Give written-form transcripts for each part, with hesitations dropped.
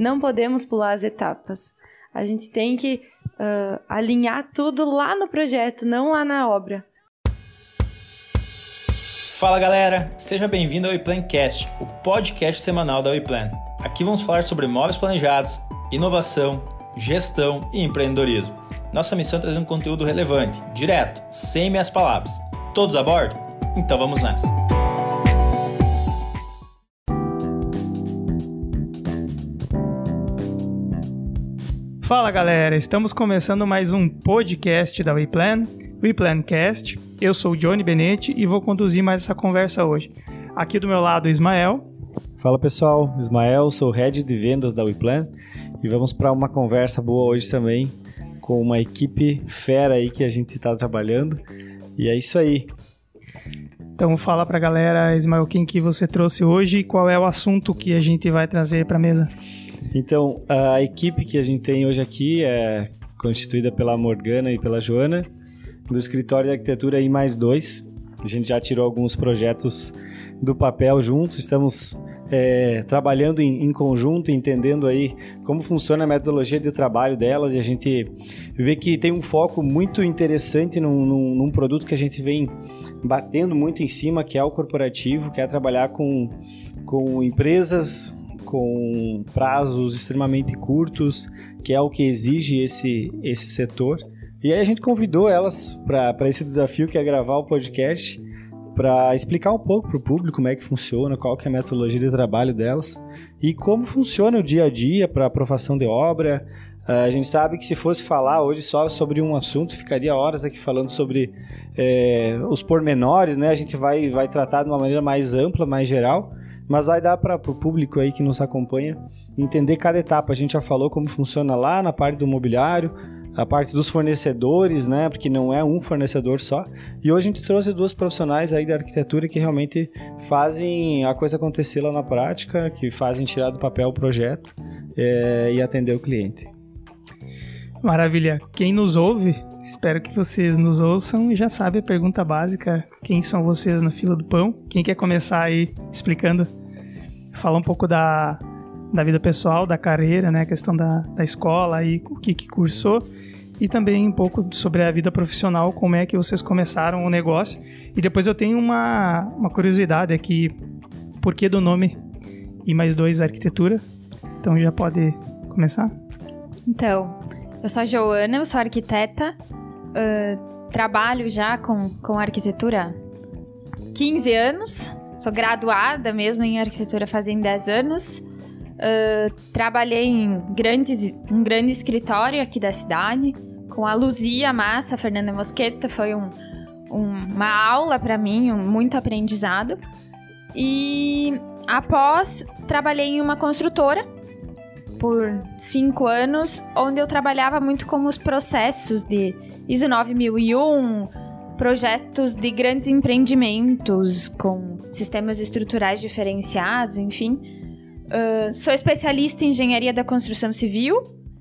não podemos pular as etapas. A gente tem que alinhar tudo lá no projeto, não lá na obra. Fala galera, seja bem-vindo ao WePlanCast, o podcast semanal da WePlan. Aqui vamos falar sobre imóveis planejados, inovação, gestão e empreendedorismo. Nossa missão é trazer um conteúdo relevante, direto, sem meias palavras. Todos a bordo? Então vamos nessa! Fala galera, estamos começando mais um podcast da WePlan, WePlanCast. Eu sou o Johnny Benetti e vou conduzir mais essa conversa hoje. Aqui do meu lado o Ismael. Fala pessoal, Ismael, sou o Head de Vendas da WePlan e vamos para uma conversa boa hoje também com uma equipe fera aí que a gente está trabalhando e é isso aí. Então fala pra galera, Ismael, quem que você trouxe hoje e qual é o assunto que a gente vai trazer para a mesa. Então, a equipe que a gente tem hoje aqui é constituída pela Morgana e pela Joana, do escritório de arquitetura I+2. A gente já tirou alguns projetos do papel juntos, estamos trabalhando em conjunto, entendendo aí como funciona a metodologia de trabalho delas, e a gente vê que tem um foco muito interessante num produto que a gente vem batendo muito em cima, que é o corporativo, que é trabalhar com empresas com prazos extremamente curtos, que é o que exige esse setor. E aí a gente convidou elas para esse desafio, que é gravar o podcast, para explicar um pouco para o público como é que funciona, qual que é a metodologia de trabalho delas e como funciona o dia a dia para a aprovação de obra. A gente sabe que se fosse falar hoje só sobre um assunto, ficaria horas aqui falando sobre os pormenores, né? A gente vai tratar de uma maneira mais ampla, mais geral, mas vai dar para o público aí que nos acompanha entender cada etapa. A gente já falou como funciona lá na parte do mobiliário, a parte dos fornecedores, né? Porque não é um fornecedor só. E hoje a gente trouxe duas profissionais aí da arquitetura que realmente fazem a coisa acontecer lá na prática, que fazem tirar do papel o projeto e atender o cliente. Maravilha. Quem nos ouve, espero que vocês nos ouçam e já sabe a pergunta básica: quem são vocês na fila do pão? Quem quer começar aí explicando? Falar um pouco da vida pessoal, da carreira, né? A questão da escola e o que cursou. E também um pouco sobre a vida profissional, como é que vocês começaram o negócio. E depois eu tenho uma curiosidade aqui, por que do nome I+2 Arquitetura? Então já pode começar? Então, eu sou a Joana, eu sou arquiteta, trabalho já com arquitetura há 15 anos, sou graduada mesmo em arquitetura fazem 10 anos, trabalhei em um grande escritório aqui da cidade, com a Luzia Massa, a Fernanda Mosqueta, foi uma aula para mim, muito aprendizado. E após, trabalhei em uma construtora por 5 anos, onde eu trabalhava muito com os processos de ISO 9001, projetos de grandes empreendimentos, com sistemas estruturais diferenciados, enfim. Sou especialista em engenharia da construção civil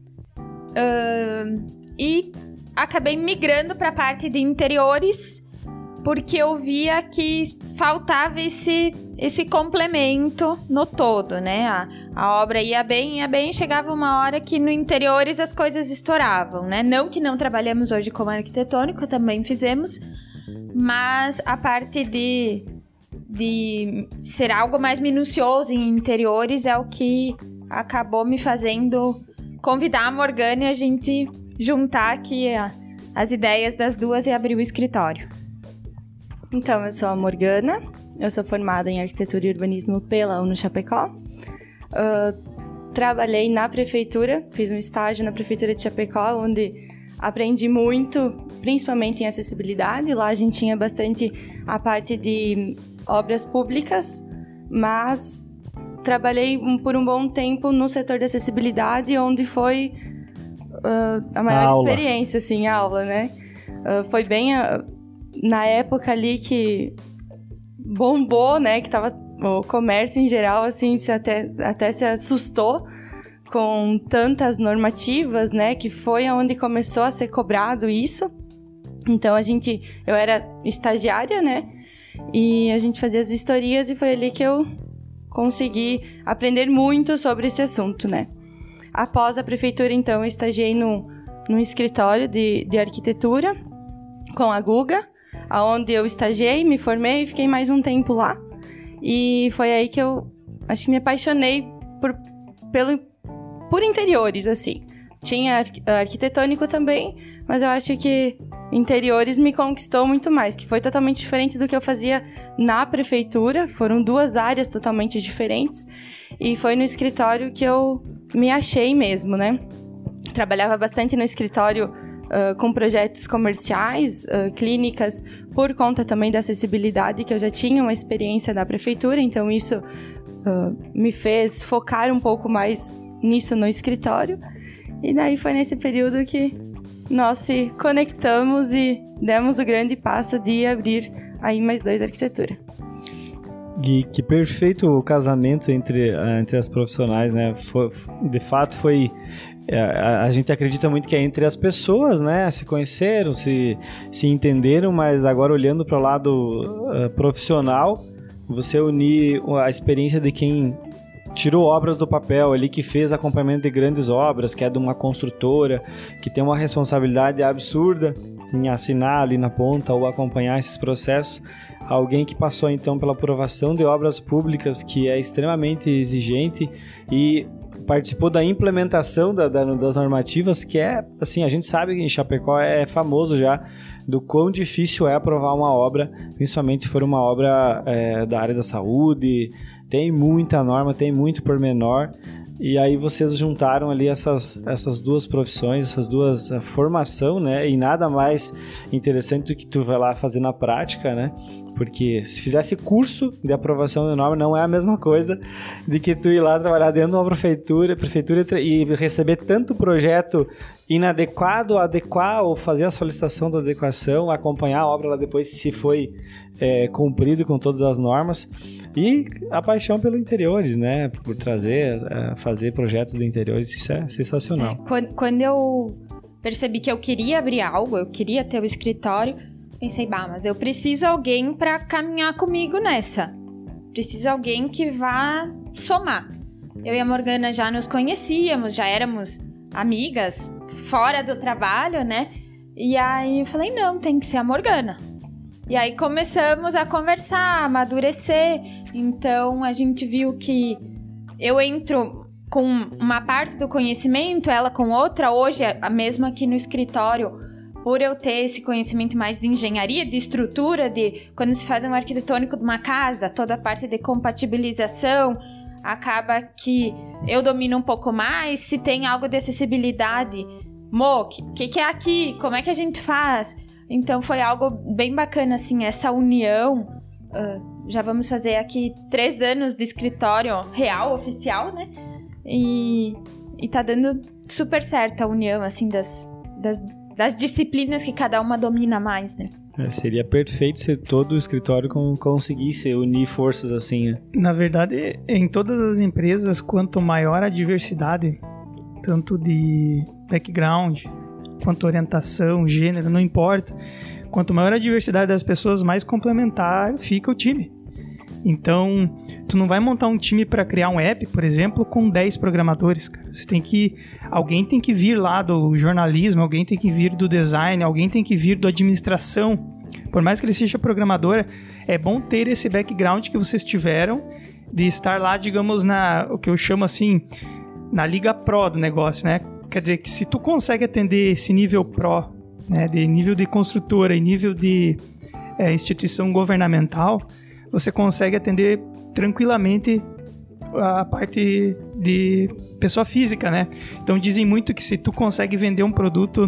e acabei migrando para a parte de interiores, porque eu via que faltava esse complemento no todo, né? A obra ia bem, chegava uma hora que no interiores as coisas estouravam, né? Não que não trabalhamos hoje como arquitetônico, também fizemos, mas a parte de ser algo mais minucioso em interiores é o que acabou me fazendo convidar a Morgana e a gente juntar aqui as ideias das duas e abrir o escritório. Então, eu sou a Morgana, eu sou formada em Arquitetura e Urbanismo pela UNO-Chapecó. Trabalhei na prefeitura, fiz um estágio na prefeitura de Chapecó, onde aprendi muito, principalmente em acessibilidade. Lá a gente tinha bastante a parte de obras públicas, mas trabalhei por um bom tempo no setor de acessibilidade, onde foi a maior experiência, assim, a aula, né? Foi bem na época ali que bombou, né? Que tava o comércio em geral, assim, até se assustou com tantas normativas, né? Que foi onde começou a ser cobrado isso. Então, eu era estagiária, né? E a gente fazia as vistorias e foi ali que eu consegui aprender muito sobre esse assunto, né? após a prefeitura, então, eu estagiei num escritório de arquitetura com a Guga, onde eu estagiei, me formei e fiquei mais um tempo lá. E foi aí que eu acho que me apaixonei por interiores, assim. Tinha arquitetônico também, mas eu acho que interiores me conquistou muito mais, que foi totalmente diferente do que eu fazia na prefeitura. Foram 2 áreas totalmente diferentes. E foi no escritório que eu me achei mesmo, né? Trabalhava bastante no escritório com projetos comerciais, clínicas, por conta também da acessibilidade, que eu já tinha uma experiência da prefeitura, então isso me fez focar um pouco mais nisso no escritório. E daí foi nesse período que nós se conectamos e demos o grande passo de abrir a I+2 Arquitetura. Gui, que perfeito o casamento entre as profissionais, né? De fato, foi... A gente acredita muito que é entre as pessoas, né? Se conheceram, se entenderam, mas agora olhando para o lado profissional, você unir a experiência de quem tirou obras do papel ali, que fez acompanhamento de grandes obras, que é de uma construtora, que tem uma responsabilidade absurda em assinar ali na ponta ou acompanhar esses processos. Alguém que passou então pela aprovação de obras públicas, que é extremamente exigente, e participou da implementação das normativas, que é, assim, a gente sabe que em Chapecó é famoso já do quão difícil é aprovar uma obra, principalmente se for uma obra da área da saúde. Tem muita norma, tem muito pormenor, e aí vocês juntaram ali essas 2 profissões, essas 2 formação, né? E nada mais interessante do que tu vai lá fazer na prática, né? Porque se fizesse curso de aprovação de norma, não é a mesma coisa de que tu ir lá trabalhar dentro de uma prefeitura e receber tanto projeto inadequado, adequar ou fazer a solicitação da adequação, acompanhar a obra lá depois se foi cumprido com todas as normas. E a paixão pelo interiores, né? Por fazer projetos de interiores, isso é sensacional. Quando eu percebi que eu queria abrir algo, eu queria ter o escritório, pensei, mas eu preciso de alguém para caminhar comigo nessa. Preciso de alguém que vá somar. Eu e a Morgana já nos conhecíamos, já éramos amigas fora do trabalho, né? E aí eu falei, não, tem que ser a Morgana. E aí começamos a conversar, a amadurecer. Então a gente viu que eu entro com uma parte do conhecimento, ela com outra. Hoje, mesmo aqui no escritório, por eu ter esse conhecimento mais de engenharia, de estrutura, de quando se faz um arquitetônico de uma casa, toda a parte de compatibilização, acaba que eu domino um pouco mais. Se tem algo de acessibilidade, o que é aqui? Como é que a gente faz? Então foi algo bem bacana, assim, essa união. Já vamos fazer aqui 3 anos de escritório real, oficial, né? E tá dando super certo a união, assim, das disciplinas que cada uma domina mais, né? Seria perfeito se todo o escritório conseguisse unir forças assim, né? Na verdade, em todas as empresas, quanto maior a diversidade, tanto de background, quanto orientação, gênero, não importa. Quanto maior a diversidade das pessoas, mais complementar fica o time. Então, tu não vai montar um time para criar um app, por exemplo, com 10 programadores, cara. Alguém tem que vir lá do jornalismo, alguém tem que vir do design, alguém tem que vir da administração. Por mais que ele seja programador, é bom ter esse background que vocês tiveram, de estar lá, digamos, o que eu chamo assim, na liga pro do negócio, né? Quer dizer, que se tu consegue atender esse nível pro, né, de nível de construtora e nível de instituição governamental, você consegue atender tranquilamente a parte de pessoa física, né? Então dizem muito que se tu consegue vender um produto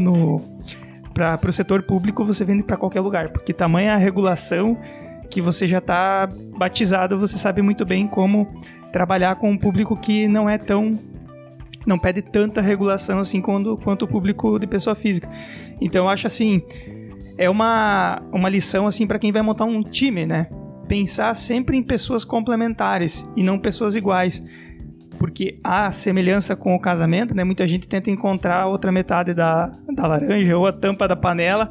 para o setor público, você vende para qualquer lugar, porque tamanha a regulação que você já está batizado, você sabe muito bem como trabalhar com um público que não pede tanta regulação assim quanto o público de pessoa física. Então eu acho assim, é uma lição assim para quem vai montar um time, né? Pensar sempre em pessoas complementares e não pessoas iguais, porque há semelhança com o casamento, né? Muita gente tenta encontrar a outra metade da laranja ou a tampa da panela,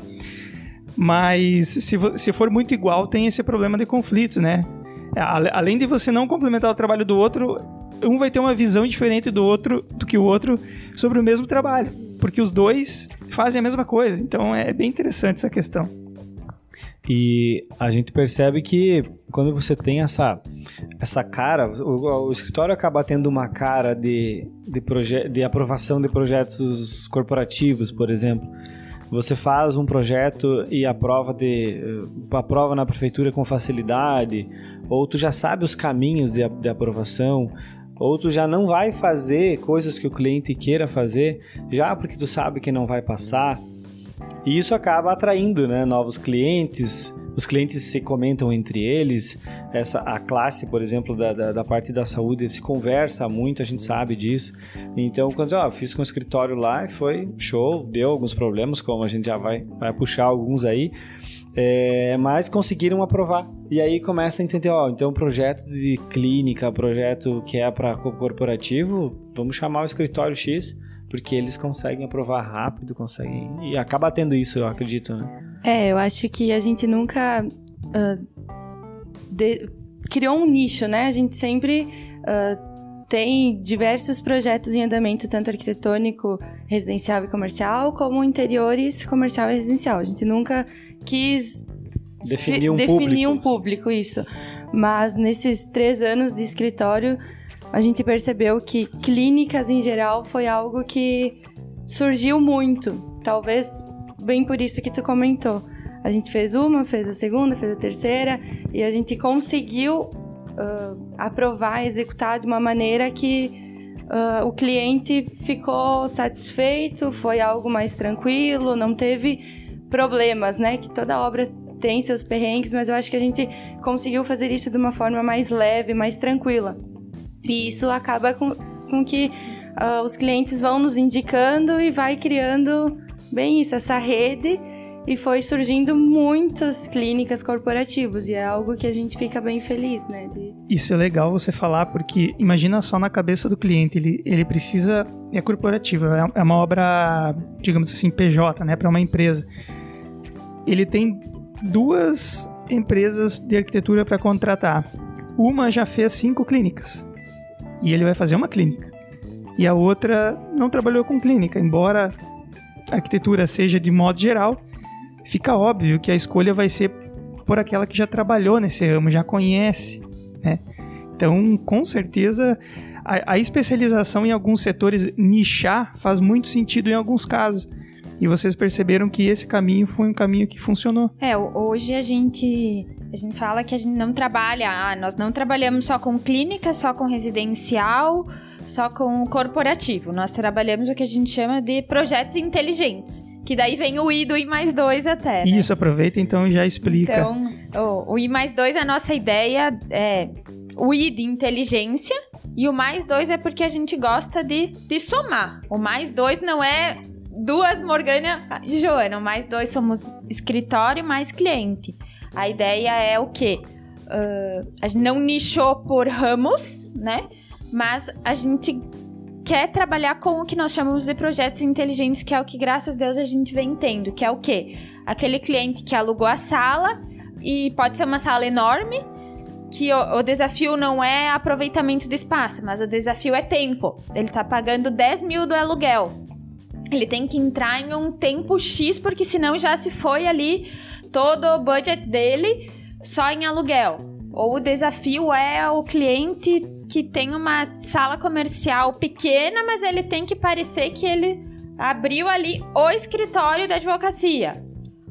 mas se for muito igual, tem esse problema de conflitos, né? Além de você não complementar o trabalho do outro, um vai ter uma visão diferente do que o outro sobre o mesmo trabalho, porque os dois fazem a mesma coisa. Então é bem interessante essa questão. E a gente percebe que quando você tem essa cara, o escritório acaba tendo uma cara de aprovação de projetos corporativos, por exemplo. Você faz um projeto e aprova na prefeitura com facilidade, ou tu já sabe os caminhos de aprovação, ou tu já não vai fazer coisas que o cliente queira fazer, já porque tu sabe que não vai passar. E isso acaba atraindo, né, novos clientes. Os clientes se comentam entre eles. A classe, por exemplo, da parte da saúde se conversa muito, a gente sabe disso. Então, quando eu fiz com o escritório lá, foi show, deu alguns problemas, como a gente já vai puxar alguns aí, mas conseguiram aprovar. E aí começa a entender, então projeto de clínica, projeto que é para corporativo, vamos chamar o escritório X, porque eles conseguem aprovar rápido, e acaba tendo isso, eu acredito, né? Eu acho que a gente nunca criou um nicho, né? A gente sempre tem diversos projetos em andamento, tanto arquitetônico, residencial e comercial, como interiores, comercial e residencial. A gente nunca quis definir um público, isso. Mas nesses 3 anos de escritório, a gente percebeu que clínicas em geral foi algo que surgiu muito. Talvez bem por isso que tu comentou. A gente fez a segunda, fez a terceira, e a gente conseguiu aprovar, executar de uma maneira que o cliente ficou satisfeito, foi algo mais tranquilo, não teve problemas, né? Que toda obra tem seus perrengues, mas eu acho que a gente conseguiu fazer isso de uma forma mais leve, mais tranquila. E isso acaba com que os clientes vão nos indicando e vai criando bem isso, essa rede, e foi surgindo muitas clínicas corporativas, e é algo que a gente fica bem feliz, né? Isso é legal você falar, porque imagina só na cabeça do cliente, ele precisa, é corporativa, é uma obra, digamos assim, PJ, né, para uma empresa. Ele tem 2 empresas de arquitetura para contratar. Uma já fez 5 clínicas, e ele vai fazer uma clínica. E a outra não trabalhou com clínica, embora a arquitetura seja de modo geral, fica óbvio que a escolha vai ser por aquela que já trabalhou nesse ramo, já conhece, né? Então, com certeza, a especialização em alguns setores, nichar, faz muito sentido em alguns casos. E vocês perceberam que esse caminho foi um caminho que funcionou. Hoje a gente fala que a gente não trabalha, nós não trabalhamos só com clínica, só com residencial, só com corporativo. Nós trabalhamos o que a gente chama de projetos inteligentes, que daí vem o I do I+2 até, né? Isso, aproveita então e já explica. Então, o I+2, a nossa ideia é o I de inteligência, e o +2 é porque a gente gosta de somar. O +2 não é 2 Morgana e Joana, o +2 somos escritório mais cliente. A ideia é o quê? A gente não nichou por ramos, né? Mas a gente quer trabalhar com o que nós chamamos de projetos inteligentes, que é o que, graças a Deus, a gente vem tendo, que é o quê? Aquele cliente que alugou a sala, e pode ser uma sala enorme, que o desafio não é aproveitamento do espaço, mas o desafio é tempo. Ele está pagando 10 mil do aluguel. Ele tem que entrar em um tempo X, porque senão já se foi ali todo o budget dele só em aluguel. Ou o desafio é o cliente que tem uma sala comercial pequena, mas ele tem que parecer que ele abriu ali o escritório da advocacia.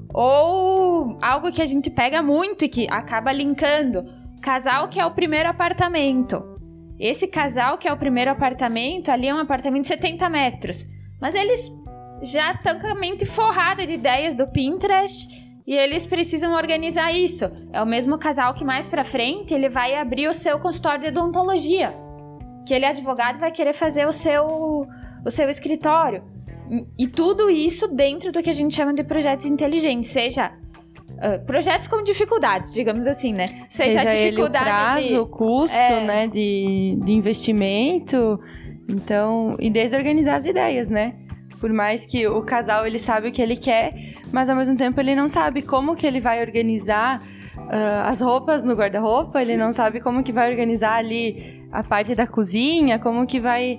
Ou algo que a gente pega muito e que acaba linkando, casal que é o primeiro apartamento. Esse casal que é o primeiro apartamento, ali é um apartamento de 70 metros. Mas eles já estão com a mente forrada de ideias do Pinterest e eles precisam organizar isso. É o mesmo casal que mais pra frente ele vai abrir o seu consultório de odontologia. Que ele, advogado, vai querer fazer o seu escritório. E tudo isso dentro do que a gente chama de projetos inteligentes. Seja projetos com dificuldades, digamos assim, né? Seja a dificuldade ele o prazo, o custo, né, de investimento. Então, e desorganizar as ideias, né? Por mais que o casal, ele sabe o que ele quer, mas ao mesmo tempo ele não sabe como que ele vai organizar as roupas no guarda-roupa, ele não sabe como que vai organizar ali a parte da cozinha, como que vai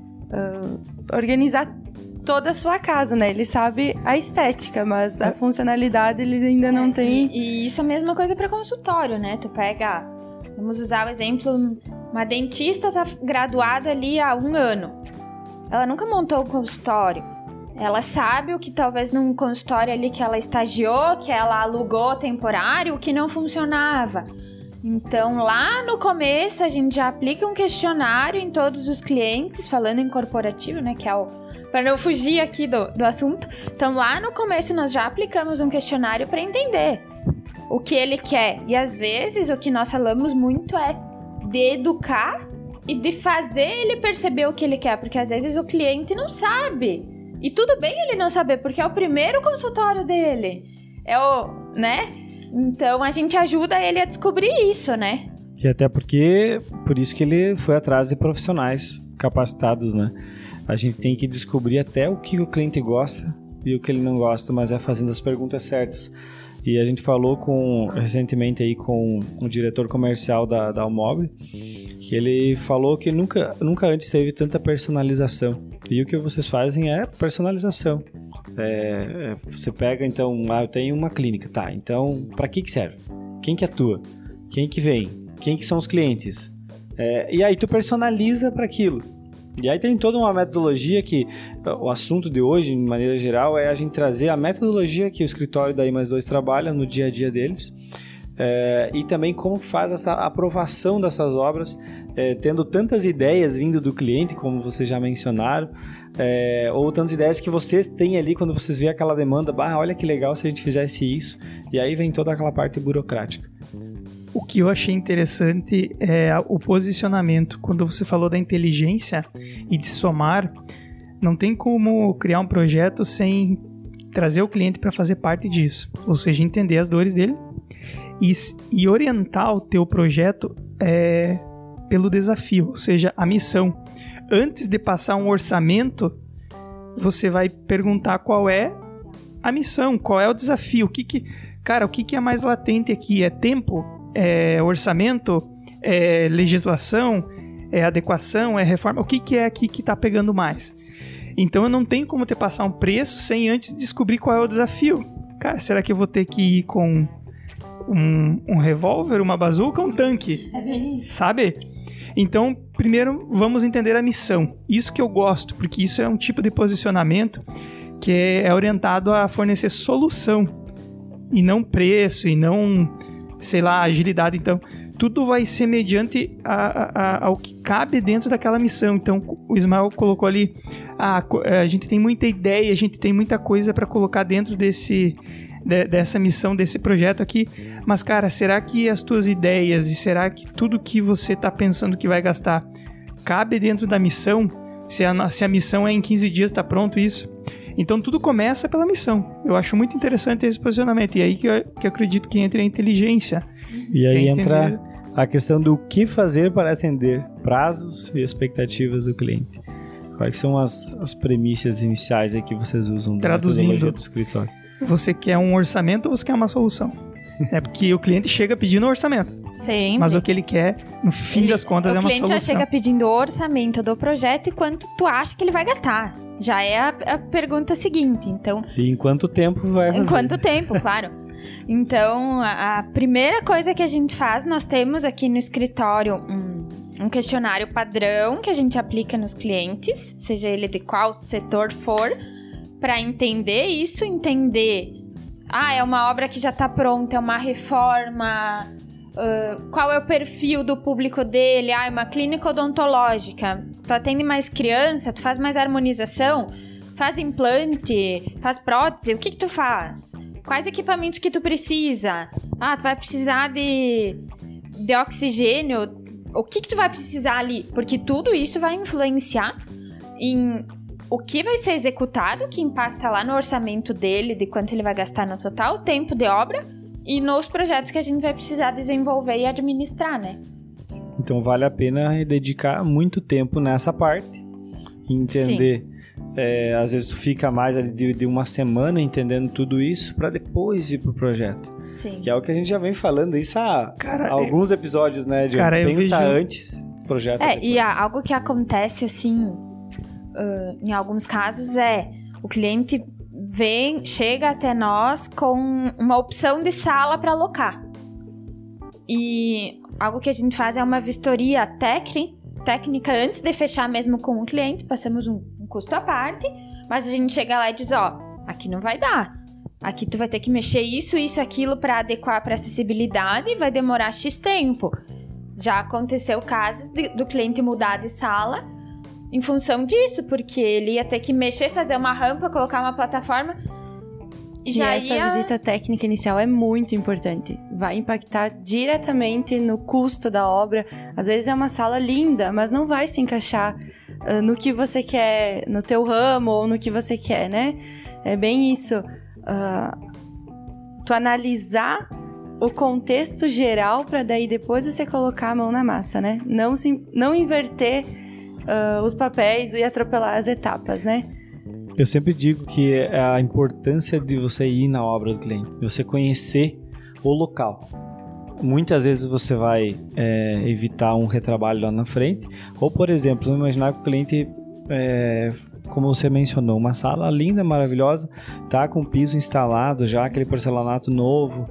organizar toda a sua casa, né? Ele sabe a estética, mas a funcionalidade ele ainda não tem. E isso é a mesma coisa para consultório, né? Tu pega, vamos usar o exemplo, uma dentista tá graduada ali há 1 ano. Ela nunca montou um consultório. Ela sabe o que talvez num consultório ali que ela estagiou, que ela alugou temporário, o que não funcionava. Então, lá no começo, a gente já aplica um questionário em todos os clientes, falando em corporativo, né, que é o... Para não fugir aqui do assunto. Então, lá no começo, nós já aplicamos um questionário para entender o que ele quer. E, às vezes, o que nós falamos muito é de educar e de fazer ele perceber o que ele quer. Porque, às vezes, o cliente não sabe. E tudo bem ele não saber, porque é o primeiro consultório dele. É o... né? Então, a gente ajuda ele a descobrir isso, né? E até porque, por isso que ele foi atrás de profissionais capacitados, né? A gente tem que descobrir até o que o cliente gosta e o que ele não gosta, mas é fazendo as perguntas certas. E a gente falou recentemente aí com o diretor comercial da Almob, que ele falou que nunca antes teve tanta personalização. E o que vocês fazem é personalização. Você pega, então, eu tenho uma clínica, tá, então, para que serve? Quem que atua? Quem que vem? Quem que são os clientes? E aí tu personaliza para aquilo. E aí tem toda uma metodologia que, o assunto de hoje, de maneira geral, é a gente trazer a metodologia que o escritório da I+2 trabalha no dia a dia deles, e também como faz essa aprovação dessas obras, tendo tantas ideias vindo do cliente, como vocês já mencionaram, ou tantas ideias que vocês têm ali quando vocês veem aquela demanda, olha que legal se a gente fizesse isso, e aí vem toda aquela parte burocrática. O que eu achei interessante é o posicionamento. Quando você falou da inteligência e de somar, não tem como criar um projeto sem trazer o cliente para fazer parte disso, ou seja, entender as dores dele e orientar o teu projeto pelo desafio, ou seja, a missão. Antes de passar um orçamento, você vai perguntar qual é a missão, qual é o desafio, o que é mais latente aqui? É tempo? É orçamento? É legislação? É adequação? É reforma? O que é aqui que está pegando mais? Então eu não tenho como te passar um preço sem antes descobrir qual é o desafio. Cara, será que eu vou ter que ir com um revólver, uma bazuca, um tanque? É bem isso. Sabe? Então, primeiro, vamos entender a missão. Isso que eu gosto, porque isso é um tipo de posicionamento que é orientado a fornecer solução e não preço, e não, sei lá, agilidade. Então, tudo vai ser mediante ao que cabe dentro daquela missão. Então, o Ismael colocou ali, a gente tem muita ideia, a gente tem muita coisa para colocar dentro dessa missão, desse projeto aqui, mas cara, será que as tuas ideias e será que tudo que você está pensando que vai gastar cabe dentro da missão? Se a missão é em 15 dias, está pronto isso? Então tudo começa pela missão. Eu acho muito interessante esse posicionamento, e aí que eu acredito que entra a inteligência. E aí entra a questão do que fazer para atender prazos e expectativas do cliente. Quais são as premissas iniciais aí que vocês usam da metodologia do escritório? Você quer um orçamento ou você quer uma solução? É porque o cliente chega pedindo um orçamento. Sempre. Mas o que ele quer, no fim das contas, é uma solução. O cliente já chega pedindo o orçamento do projeto e quanto tu acha que ele vai gastar. Já é a pergunta seguinte, então... E em quanto tempo vai fazer? Em quanto tempo, claro. Então, a primeira coisa que a gente faz, nós temos aqui no escritório um questionário padrão que a gente aplica nos clientes, seja ele de qual setor for, para entender isso, é uma obra que já está pronta, é uma reforma, qual é o perfil do público dele, é uma clínica odontológica, tu atende mais criança, tu faz mais harmonização, faz implante, faz prótese, o que tu faz? Quais equipamentos que tu precisa? Tu vai precisar de oxigênio, o que tu vai precisar ali? Porque tudo isso vai influenciar em o que vai ser executado, que impacta lá no orçamento dele, de quanto ele vai gastar no total, tempo de obra e nos projetos que a gente vai precisar desenvolver e administrar, né? Então vale a pena dedicar muito tempo nessa parte, entender. Às vezes tu fica mais ali de uma semana entendendo tudo isso para depois ir pro projeto. Sim. Que é o que a gente já vem falando isso há alguns episódios, né? De pensar antes projeta depois. E algo que acontece, assim, em alguns casos o cliente chega até nós com uma opção de sala para alocar. E algo que a gente faz é uma vistoria técnica antes de fechar mesmo com o cliente, passamos um custo à parte, mas a gente chega lá e diz, aqui não vai dar. Aqui tu vai ter que mexer isso, aquilo para adequar para acessibilidade e vai demorar X tempo. Já aconteceu o caso do cliente mudar de sala em função disso, porque ele ia ter que mexer, fazer uma rampa, colocar uma plataforma. E essa visita técnica inicial é muito importante. Vai impactar diretamente no custo da obra. Às vezes é uma sala linda, mas não vai se encaixar no que você quer, no teu ramo ou no que você quer, né? É bem isso. Tu analisar o contexto geral para daí depois você colocar a mão na massa, né? Não inverter os papéis e atropelar as etapas, né? Eu sempre digo que a importância de você ir na obra do cliente, de você conhecer o local. Muitas vezes você vai evitar um retrabalho lá na frente, ou, por exemplo, vamos imaginar que o cliente, como você mencionou, uma sala linda, maravilhosa, tá com o piso instalado já, aquele porcelanato novo,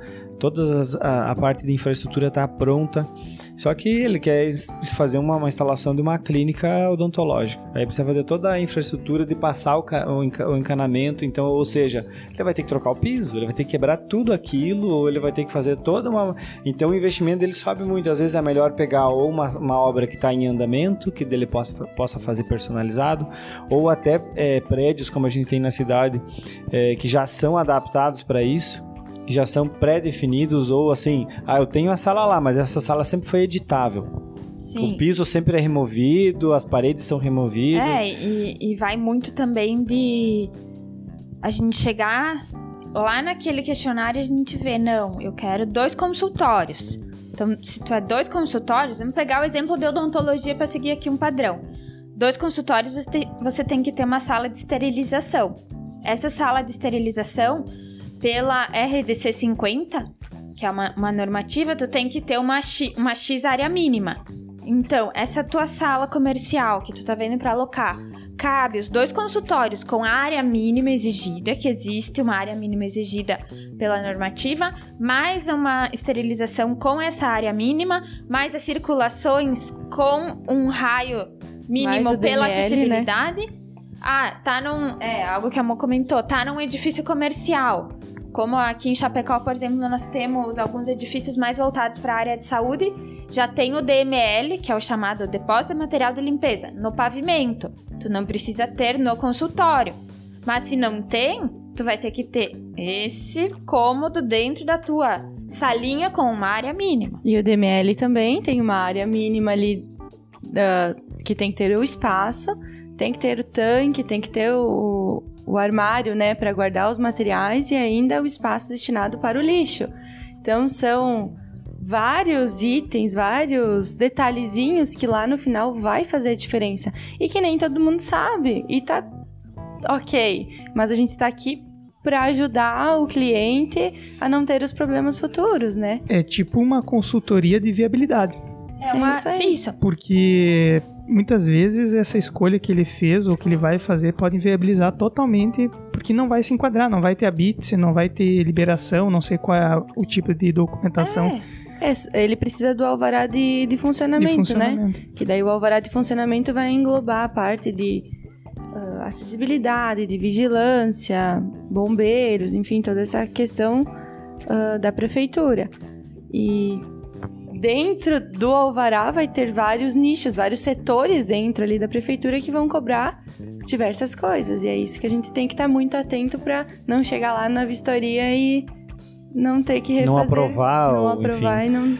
a parte de infraestrutura está pronta, só que ele quer fazer uma instalação de uma clínica odontológica. Aí precisa fazer toda a infraestrutura de passar o encanamento, então, ou seja, ele vai ter que trocar o piso, ele vai ter que quebrar tudo aquilo, ou ele vai ter que fazer toda uma... Então o investimento dele sobe muito. Às vezes é melhor pegar ou uma obra que está em andamento, que dele possa fazer personalizado, ou até prédios como a gente tem na cidade, que já são adaptados para isso, que já são pré-definidos, ou assim, eu tenho a sala lá, mas essa sala sempre foi editável. Sim. O piso sempre é removido, as paredes são removidas. E vai muito também de a gente chegar lá naquele questionário e a gente vê, não, eu quero 2 consultórios. Então, se tu é 2 consultórios, vamos pegar o exemplo de odontologia para seguir aqui um padrão. 2 consultórios, você tem que ter uma sala de esterilização. Essa sala de esterilização, pela RDC 50, que é uma normativa, tu tem que ter uma X área mínima. Então, essa tua sala comercial que tu tá vendo para alocar, cabe os 2 consultórios com a área mínima exigida, que existe uma área mínima exigida pela normativa, mais uma esterilização com essa área mínima, mais as circulações com um raio mínimo pela DML, acessibilidade. Né? Tá algo que a Mo comentou, tá num edifício comercial. Como aqui em Chapecó, por exemplo, nós temos alguns edifícios mais voltados para a área de saúde, já tem o DML, que é o chamado Depósito de Material de Limpeza, no pavimento. Tu não precisa ter no consultório. Mas se não tem, tu vai ter que ter esse cômodo dentro da tua salinha com uma área mínima. E o DML também tem uma área mínima ali que tem que ter o espaço, tem que ter o tanque, tem que ter o armário, né, para guardar os materiais e ainda o espaço destinado para o lixo. Então, são vários itens, vários detalhezinhos que lá no final vai fazer a diferença. E que nem todo mundo sabe. E tá ok, mas a gente tá aqui para ajudar o cliente a não ter os problemas futuros, né? É tipo uma consultoria de viabilidade. Isso aí. Isso. Porque muitas vezes essa escolha que ele fez ou que ele vai fazer pode inviabilizar totalmente, porque não vai se enquadrar, não vai ter habite, não vai ter liberação, não sei qual é o tipo de documentação. Ele precisa do alvará de funcionamento, né? Que daí o alvará de funcionamento vai englobar a parte de acessibilidade, de vigilância, bombeiros, enfim, toda essa questão da prefeitura. E dentro do alvará vai ter vários nichos, vários setores dentro ali da prefeitura que vão cobrar diversas coisas. E é isso que a gente tem que estar muito atento para não chegar lá na vistoria e não ter que refazer. Não aprovar, enfim. E não...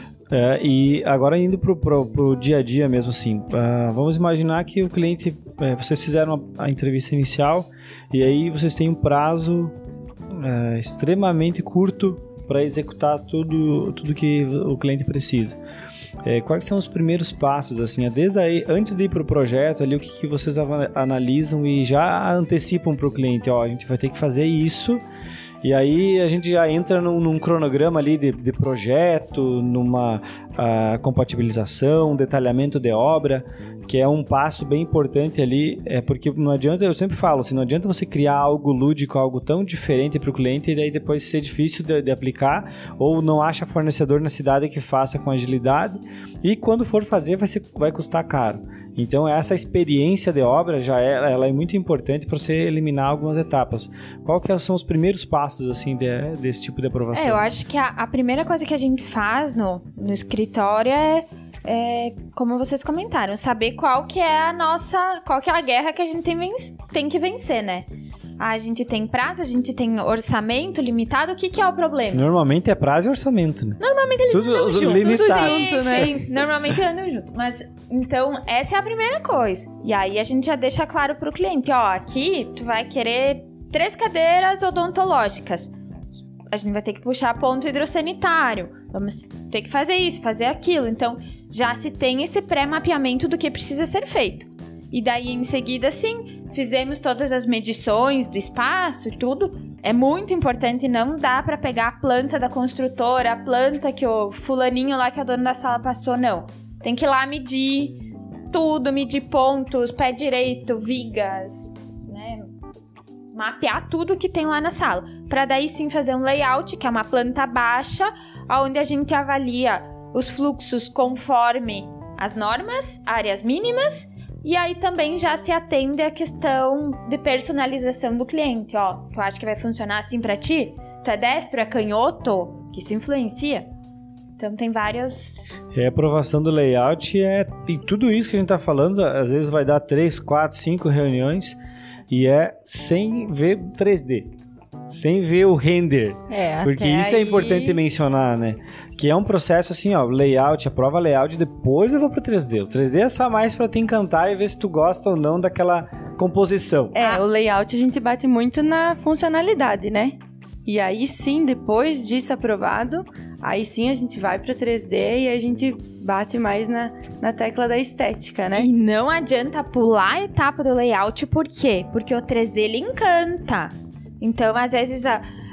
e agora indo pro dia a dia mesmo assim, vamos imaginar que o cliente, vocês fizeram a entrevista inicial e aí vocês têm um prazo extremamente curto para executar tudo que o cliente precisa. quais são os primeiros passos, assim, desde aí, antes de ir para o projeto, ali, o que vocês analisam e já antecipam para o cliente? Ó, a gente vai ter que fazer isso, e aí a gente já entra num cronograma ali de projeto, numa compatibilização, detalhamento de obra, que é um passo bem importante ali, porque não adianta, eu sempre falo assim, não adianta você criar algo lúdico, algo tão diferente para o cliente e daí depois ser difícil de aplicar, ou não acha fornecedor na cidade que faça com agilidade, e quando for fazer vai custar caro. Então essa experiência de obra ela é muito importante para você eliminar algumas etapas. Qual que são os primeiros passos assim desse tipo de aprovação? Eu acho que a primeira coisa que a gente faz no escritório é, como vocês comentaram, saber qual que é a guerra que a gente tem que vencer, né? A gente tem prazo, a gente tem orçamento limitado, o que é o problema? Normalmente é prazo e orçamento, né? Normalmente eles andam juntos. Limitado. Sim, normalmente andam juntos. Mas, então, essa é a primeira coisa. E aí a gente já deixa claro pro cliente, ó, aqui tu vai querer 3 cadeiras odontológicas. A gente vai ter que puxar ponto hidrossanitário. Vamos ter que fazer isso, fazer aquilo. Então, já se tem esse pré-mapeamento do que precisa ser feito. E daí, em seguida, sim, fizemos todas as medições do espaço e tudo. É muito importante, não dá pra pegar a planta da construtora, a planta que o fulaninho lá, que é o dono da sala, passou, não. Tem que ir lá medir tudo, medir pontos, pé direito, vigas, né? Mapear tudo que tem lá na sala. Pra daí sim fazer um layout, que é uma planta baixa, onde a gente avalia os fluxos conforme as normas, áreas mínimas, e aí também já se atende a questão de personalização do cliente. Ó, tu acha que vai funcionar assim pra ti? Tu é destro, é canhoto? Que isso influencia. Então tem vários... A aprovação do layout e tudo isso que a gente tá falando, às vezes vai dar 3, 4, 5 reuniões e sem ver 3D. Sem ver o render. Porque isso é importante mencionar, né? Que é um processo assim, ó, layout, aprova layout, depois eu vou pro 3D. O 3D é só mais pra te encantar e ver se tu gosta ou não daquela composição. O layout a gente bate muito na funcionalidade, né? E aí sim, depois disso aprovado, aí sim a gente vai pro 3D e a gente bate mais na tecla da estética, né? E não adianta pular a etapa do layout, por quê? Porque o 3D, ele encanta. Então, às vezes,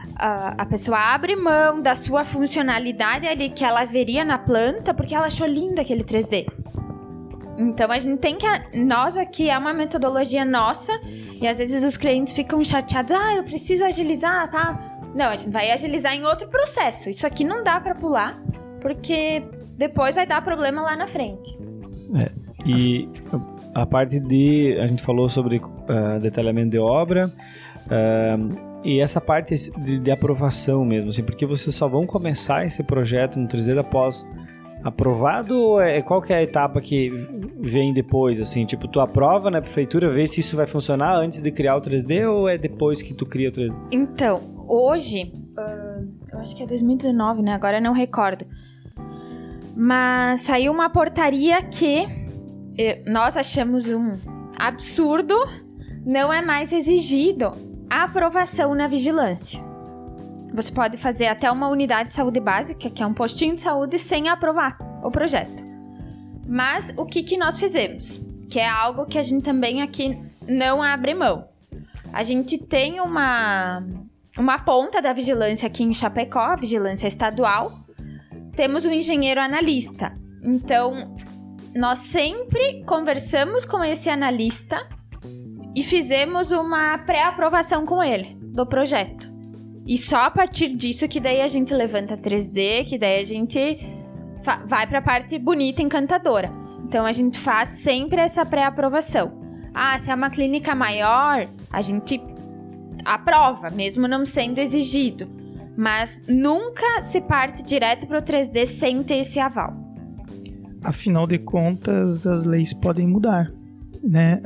a pessoa abre mão da sua funcionalidade ali que ela veria na planta porque ela achou lindo aquele 3D. Então, a gente tem que... Nós aqui, é uma metodologia nossa e, às vezes, os clientes ficam chateados. Eu preciso agilizar, tá? Não, a gente vai agilizar em outro processo. Isso aqui não dá pra pular porque depois vai dar problema lá na frente. E a parte a gente falou sobre detalhamento de obra... e essa parte de aprovação mesmo, assim, porque vocês só vão começar esse projeto no 3D após aprovado, ou qual que é a etapa que vem depois, assim, tipo, tu aprova na prefeitura, vê se isso vai funcionar antes de criar o 3D, ou é depois que tu cria o 3D? Então, hoje, eu acho que é 2019, né, agora eu não recordo, mas saiu uma portaria que nós achamos um absurdo, não é mais exigido a aprovação na vigilância. Você pode fazer até uma unidade de saúde básica, que é um postinho de saúde, sem aprovar o projeto. Mas o que nós fizemos? Que é algo que a gente também aqui não abre mão. A gente tem uma ponta da vigilância aqui em Chapecó, a vigilância estadual. Temos um engenheiro analista. Então, nós sempre conversamos com esse analista e fizemos uma pré-aprovação com ele, do projeto. E só a partir disso que daí a gente levanta 3D, que daí a gente vai pra parte bonita, encantadora. Então a gente faz sempre essa pré-aprovação. Se é uma clínica maior, a gente aprova, mesmo não sendo exigido. Mas nunca se parte direto pro 3D sem ter esse aval. Afinal de contas, as leis podem mudar, né?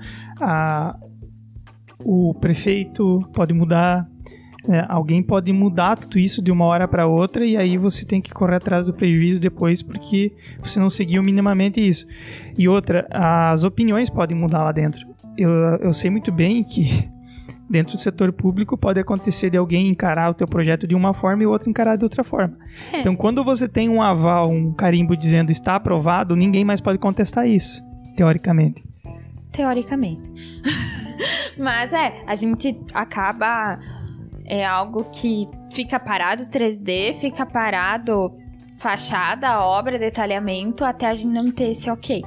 O prefeito pode mudar, alguém pode mudar tudo isso de uma hora para outra e aí você tem que correr atrás do prejuízo depois porque você não seguiu minimamente isso. E outra, as opiniões podem mudar lá dentro. Eu sei muito bem que Dentro do setor público pode acontecer de alguém encarar o teu projeto de uma forma e o outro encarar de outra forma. Então, quando você tem um aval, um carimbo dizendo está aprovado, ninguém mais pode contestar isso, teoricamente. Teoricamente. Mas a gente acaba... É algo que fica parado 3D, fica parado fachada, obra, detalhamento, até a gente não ter esse ok.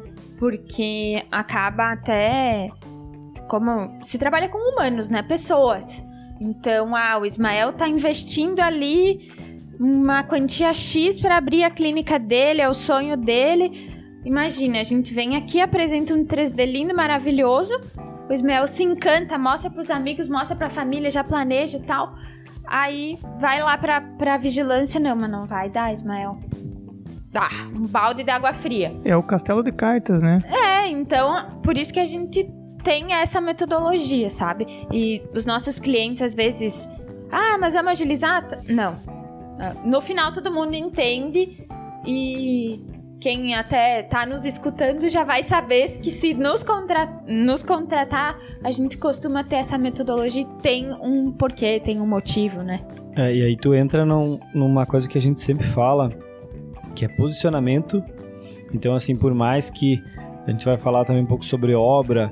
Porque acaba até... Como se trabalha com humanos, né? Pessoas. Então, o Ismael tá investindo ali uma quantia X para abrir a clínica dele, é o sonho dele. Imagina, a gente vem aqui, apresenta um 3D lindo, maravilhoso. O Ismael se encanta, mostra pros amigos, mostra pra família, já planeja e tal. Aí vai lá pra vigilância. Não, mas não vai dar, Ismael. Dá, um balde de água fria. É o castelo de cartas, né? Então, por isso que a gente tem essa metodologia, sabe? E os nossos clientes, às vezes... mas vamos agilizar? Não. No final, todo mundo entende e... Quem até tá nos escutando já vai saber que se nos contratar, a gente costuma ter essa metodologia e tem um porquê, tem um motivo, né? E aí tu entra numa coisa que a gente sempre fala, que é posicionamento. Então, assim, por mais que a gente vai falar também um pouco sobre obra,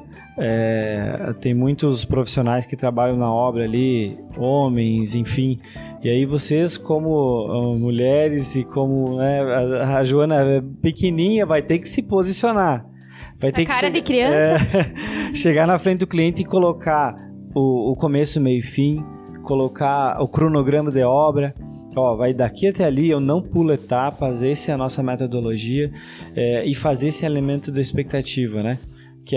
tem muitos profissionais que trabalham na obra ali, homens, enfim... E aí vocês, como mulheres e como a Joana pequenininha, vai ter que se posicionar. Vai ter cara de criança. Chegar na frente do cliente e colocar o começo, meio e fim, colocar o cronograma de obra. Vai daqui até ali, eu não pulo etapas, essa é a nossa metodologia, e fazer esse elemento da expectativa, né? Que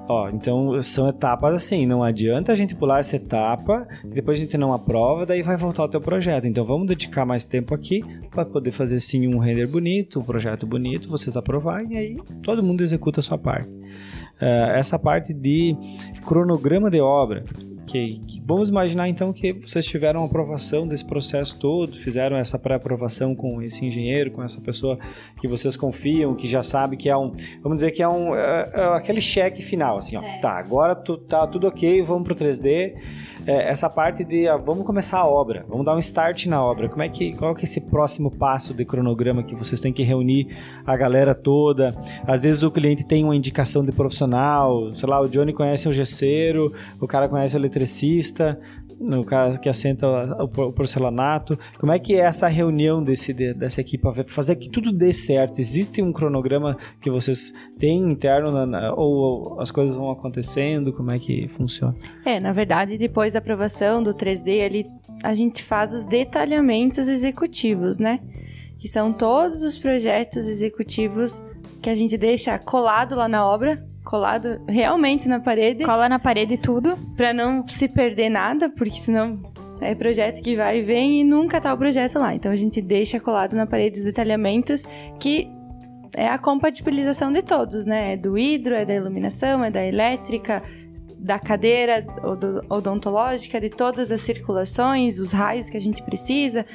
então são etapas assim, não adianta a gente pular essa etapa, depois a gente não aprova, daí vai voltar ao teu projeto. Então vamos dedicar mais tempo aqui para poder fazer sim um render bonito, um projeto bonito, vocês aprovarem e aí todo mundo executa a sua parte. Essa parte de cronograma de obra, que vamos imaginar então que vocês tiveram aprovação desse processo todo, fizeram essa pré-aprovação com esse engenheiro, com essa pessoa que vocês confiam, que já sabe que vamos dizer que aquele cheque final, assim, tá, agora tá tudo ok, vamos pro 3D, essa parte de vamos começar a obra, vamos dar um start na obra, qual que é esse próximo passo de cronograma que vocês têm que reunir a galera toda? Às vezes o cliente tem uma indicação de profissional, sei lá, o Johnny conhece um gesseiro, o cara conhece o eletricista, no caso que assenta o porcelanato. Como é que é essa reunião dessa equipe para fazer que tudo dê certo? Existe um cronograma que vocês têm interno ou as coisas vão acontecendo? Como é que funciona? Na verdade, depois da aprovação do 3D, ali, a gente faz os detalhamentos executivos, né? Que são todos os projetos executivos que a gente deixa colado lá na obra, colado realmente na parede. Cola na parede tudo. Pra não se perder nada, porque senão é projeto que vai e vem e nunca tá o projeto lá. Então a gente deixa colado na parede os detalhamentos, que é a compatibilização de todos, né? É do hidro, é da iluminação, é da elétrica, da cadeira odontológica, de todas as circulações, os raios que a gente precisa,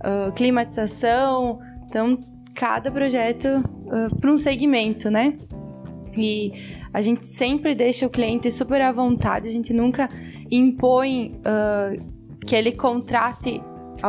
climatização. Então, cada projeto para um segmento, né? E a gente sempre deixa o cliente super à vontade, a gente nunca impõe que ele contrate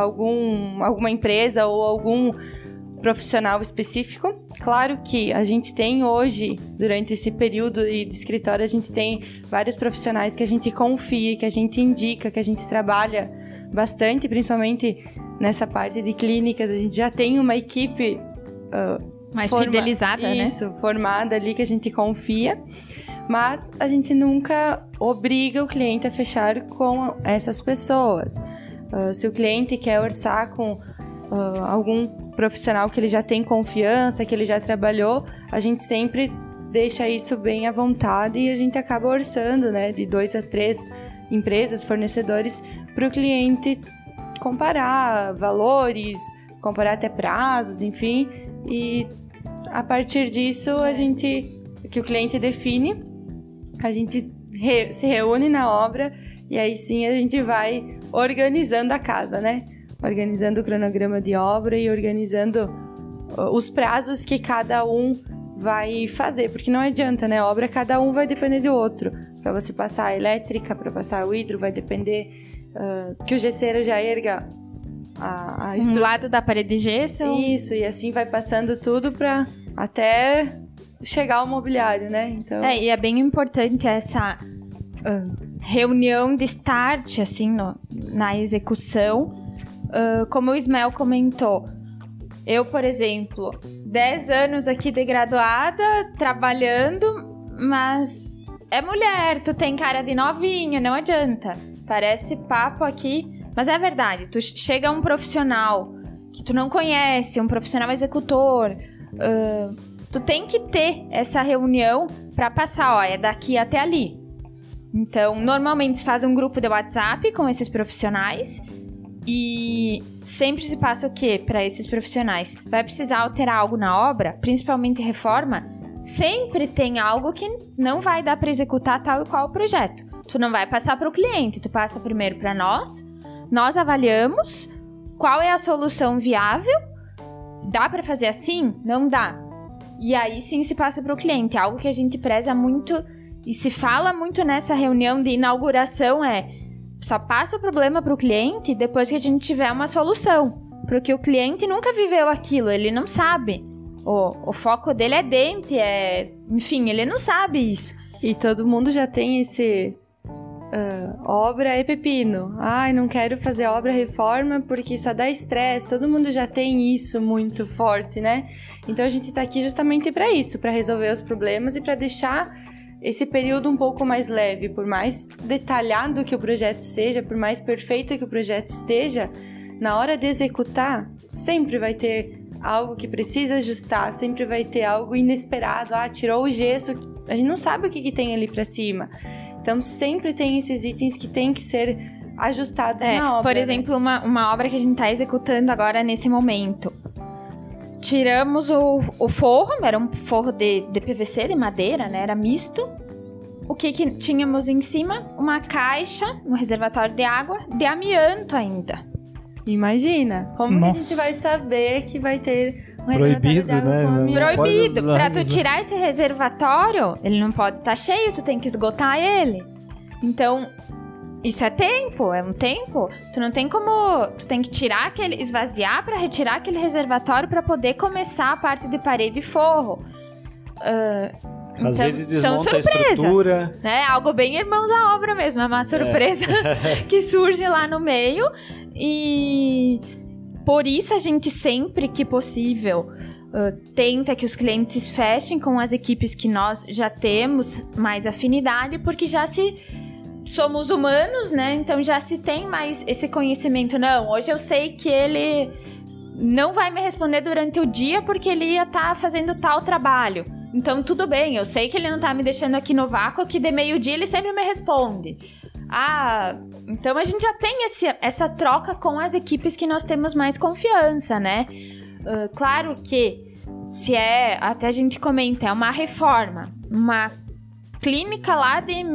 alguma empresa ou algum profissional específico. Claro que a gente tem hoje, durante esse período de escritório, a gente tem vários profissionais que a gente confia, que a gente indica, que a gente trabalha bastante, principalmente nessa parte de clínicas. A gente já tem uma equipe mais fidelizada, né? Isso, formada ali, que a gente confia. Mas a gente nunca obriga o cliente a fechar com essas pessoas. Se o cliente quer orçar com algum profissional que ele já tem confiança, que ele já trabalhou, a gente sempre deixa isso bem à vontade e a gente acaba orçando, né, de 2 a 3 empresas, fornecedores, para o cliente comparar valores, comparar até prazos, enfim. E a partir disso, que o cliente define, a gente se reúne na obra e aí sim a gente vai organizando a casa, né? Organizando o cronograma de obra e organizando os prazos que cada um vai fazer, porque não adianta, né? Obra, cada um vai depender do outro. Para você passar a elétrica, para passar o hidro, vai depender que o gesseiro já erga um lado da parede de gesso. Isso, e assim vai passando tudo para até chegar ao mobiliário, né? Então... e é bem importante essa reunião de start, assim, na execução. Como o Ismael comentou, eu, por exemplo, 10 anos aqui de graduada, trabalhando, mas é mulher, tu tem cara de novinha, não adianta. Parece papo aqui, mas é verdade. Tu chega um profissional que tu não conhece, um profissional executor, tu tem que ter essa reunião para passar, ó, é daqui até ali. Então, normalmente se faz um grupo de WhatsApp com esses profissionais e sempre se passa o quê para esses profissionais? Vai precisar alterar algo na obra, principalmente reforma? Sempre tem algo que não vai dar para executar tal e qual o projeto. Tu não vai passar para o cliente, tu passa primeiro para nós avaliamos qual é a solução viável, dá para fazer assim? Não dá. E aí sim se passa para o cliente, algo que a gente preza muito e se fala muito nessa reunião de inauguração só passa o problema para o cliente depois que a gente tiver uma solução, porque o cliente nunca viveu aquilo, ele não sabe. O foco dele é dente, enfim, ele não sabe isso. E todo mundo já tem esse obra é pepino. Ai, não quero fazer obra reforma porque só dá estresse. Todo mundo já tem isso muito forte, né? Então a gente tá aqui justamente para isso, para resolver os problemas e para deixar esse período um pouco mais leve. Por mais detalhado que o projeto seja, por mais perfeito que o projeto esteja, na hora de executar, sempre vai ter algo que precisa ajustar, sempre vai ter algo inesperado. Tirou o gesso, a gente não sabe o que tem ali para cima. Então, sempre tem esses itens que tem que ser ajustados na obra. Por exemplo, uma obra que a gente está executando agora nesse momento. Tiramos o forro, era um forro de PVC, de madeira, né? Era misto. O que tínhamos em cima? Uma caixa, um reservatório de água, de amianto ainda. Imagina, como que a gente vai saber que vai ter um proibido, reservatório de água com amianto? Proibido. Pra tu tirar esse reservatório, ele não pode estar cheio, tu tem que esgotar ele. Então, isso é um tempo. Tu não tem como... Tu tem que tirar esvaziar pra retirar aquele reservatório pra poder começar a parte de parede e forro. Às então, vezes são desmonta surpresas, a estrutura. Né? Algo bem irmãos à obra mesmo. É uma surpresa que surge lá no meio. E por isso a gente sempre que possível tenta que os clientes fechem com as equipes que nós já temos mais afinidade, porque somos humanos, né? Então já se tem mais esse conhecimento. Não, hoje eu sei que ele não vai me responder durante o dia porque ele ia estar fazendo tal trabalho. Então tudo bem, eu sei que ele não tá me deixando aqui no vácuo, que de meio-dia ele sempre me responde. Então a gente já tem essa troca com as equipes que nós temos mais confiança, né? Claro que até a gente comenta, é uma reforma, uma clínica lá de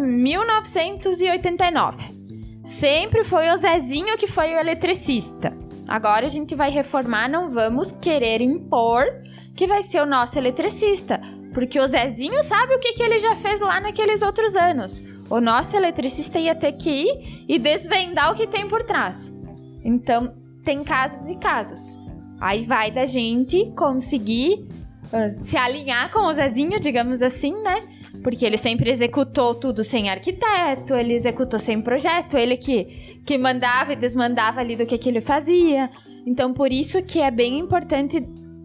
1989. Sempre foi o Zezinho que foi o eletricista. Agora a gente vai reformar, não vamos querer impor que vai ser o nosso eletricista, porque o Zezinho sabe o que ele já fez lá naqueles outros anos. O nosso eletricista ia ter que ir e desvendar o que tem por trás. Então, tem casos e casos. Aí vai da gente conseguir se alinhar com o Zezinho, digamos assim, né? Porque ele sempre executou tudo sem arquiteto, ele executou sem projeto, ele que mandava e desmandava ali do que ele fazia. Então, por isso que é bem importante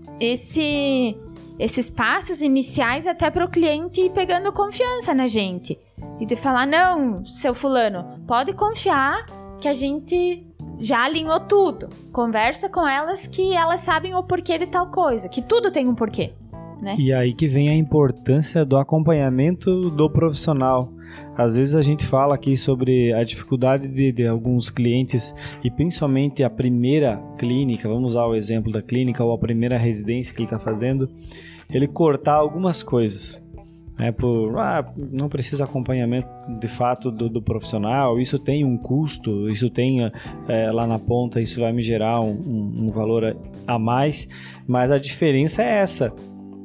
esses passos iniciais até para o cliente ir pegando confiança na gente. E de falar, não, seu fulano, pode confiar que a gente já alinhou tudo. Conversa com elas que elas sabem o porquê de tal coisa, que tudo tem um porquê, né? E aí que vem a importância do acompanhamento do profissional. Às vezes a gente fala aqui sobre a dificuldade de alguns clientes e principalmente a primeira clínica, vamos usar o exemplo da clínica ou a primeira residência que ele está fazendo, ele cortar algumas coisas. Não precisa acompanhamento de fato do profissional, isso tem um custo, isso tem lá na ponta, isso vai me gerar um valor a mais, mas a diferença é essa.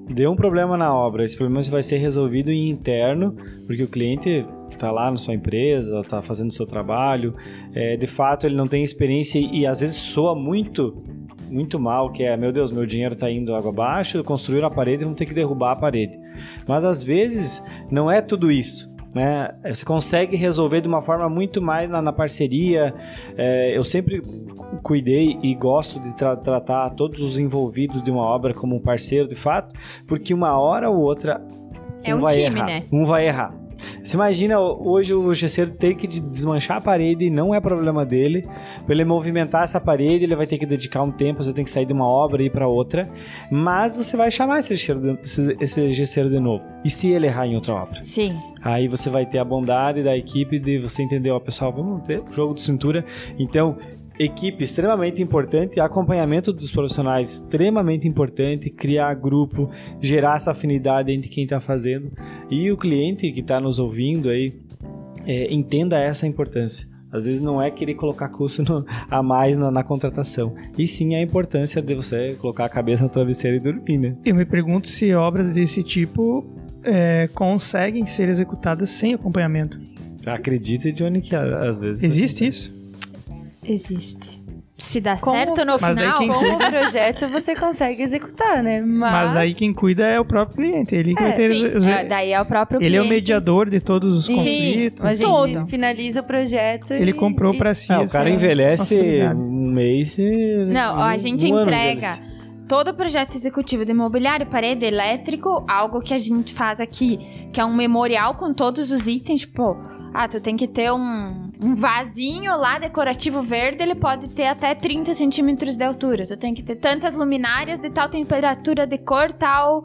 deu um problema na obra, esse problema vai ser resolvido em interno, porque o cliente está lá na sua empresa, está fazendo o seu trabalho, de fato ele não tem experiência e às vezes soa muito mal, que é, meu Deus, meu dinheiro está indo água abaixo, construíram a parede, vamos ter que derrubar a parede. Mas às vezes não é tudo isso, né? Você consegue resolver de uma forma muito mais na parceria. Eu sempre cuidei e gosto de tratar todos os envolvidos de uma obra como um parceiro de fato, porque uma hora ou outra um vai time, errar, né? Um vai errar. Você imagina hoje o gesseiro ter que desmanchar a parede e não é problema dele. Para ele movimentar essa parede, ele vai ter que dedicar um tempo, você tem que sair de uma obra e ir para outra. Mas você vai chamar esse gesseiro de novo. E se ele errar em outra obra? Sim. Aí você vai ter a bondade da equipe de você entender, ó, pessoal, vamos ter jogo de cintura. Então, equipe extremamente importante, acompanhamento dos profissionais extremamente importante, criar grupo, gerar essa afinidade entre quem está fazendo e o cliente que está nos ouvindo aí, entenda essa importância. Às vezes não é querer colocar custo a mais na contratação, e sim a importância de você colocar a cabeça no travesseiro e dormir, né? Eu me pergunto se obras desse tipo conseguem ser executadas sem acompanhamento. Acredita, Johnny, que às vezes... Existe isso? Existe. Se dá certo no Mas final... daí Com o projeto você consegue executar, né? Mas aí quem cuida é o próprio cliente. Ele que vai ter... daí é o próprio cliente. Ele é o mediador de todos os conflitos. A gente Tudo. finaliza o projeto. Ele comprou para si. o cara envelhece um mês e... Não, a gente ano entrega todo o projeto executivo de imobiliário, parede, elétrico, algo que a gente faz aqui, que é um memorial com todos os itens, tipo... tu tem que ter um vasinho lá decorativo verde, ele pode ter até 30 centímetros de altura. Tu tem que ter tantas luminárias de tal temperatura, de cor, tal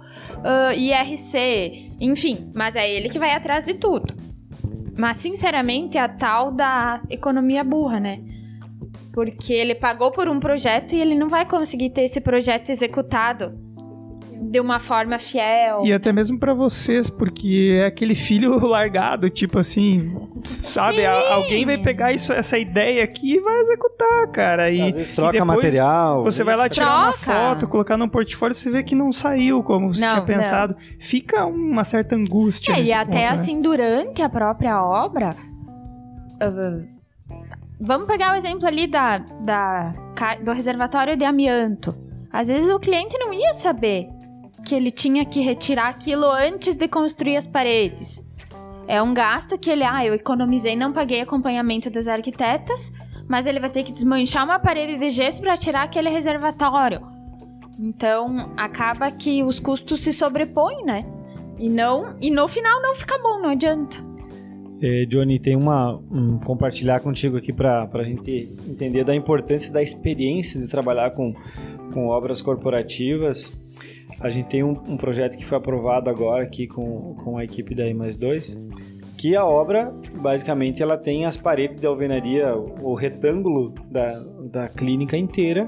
IRC. Enfim, mas é ele que vai atrás de tudo. Mas, sinceramente, é a tal da economia burra, né? Porque ele pagou por um projeto e ele não vai conseguir ter esse projeto executado de uma forma fiel. E até mesmo pra vocês, porque é aquele filho largado, tipo assim, sabe? Sim. Alguém vai pegar essa ideia aqui e vai executar, cara. E, às vezes troca e depois material. Você vai lá tirar uma Troca. foto, colocar no portfólio, você vê que não saiu como você tinha pensado. Fica uma certa angústia. E nesse até ponto, né? assim, durante a própria obra... Vamos pegar o exemplo ali do reservatório de amianto. Às vezes o cliente não ia saber que ele tinha que retirar aquilo antes de construir as paredes. É um gasto que eu economizei, não paguei acompanhamento das arquitetas, mas ele vai ter que desmanchar uma parede de gesso para tirar aquele reservatório. Então, acaba que os custos se sobrepõem, né? E no final não fica bom, não adianta. Johnny, tem compartilhar contigo aqui para a gente entender da importância da experiência de trabalhar com obras corporativas. A gente tem um projeto que foi aprovado agora aqui com a equipe da I+2, que a obra, basicamente, ela tem as paredes de alvenaria, o retângulo da clínica inteira,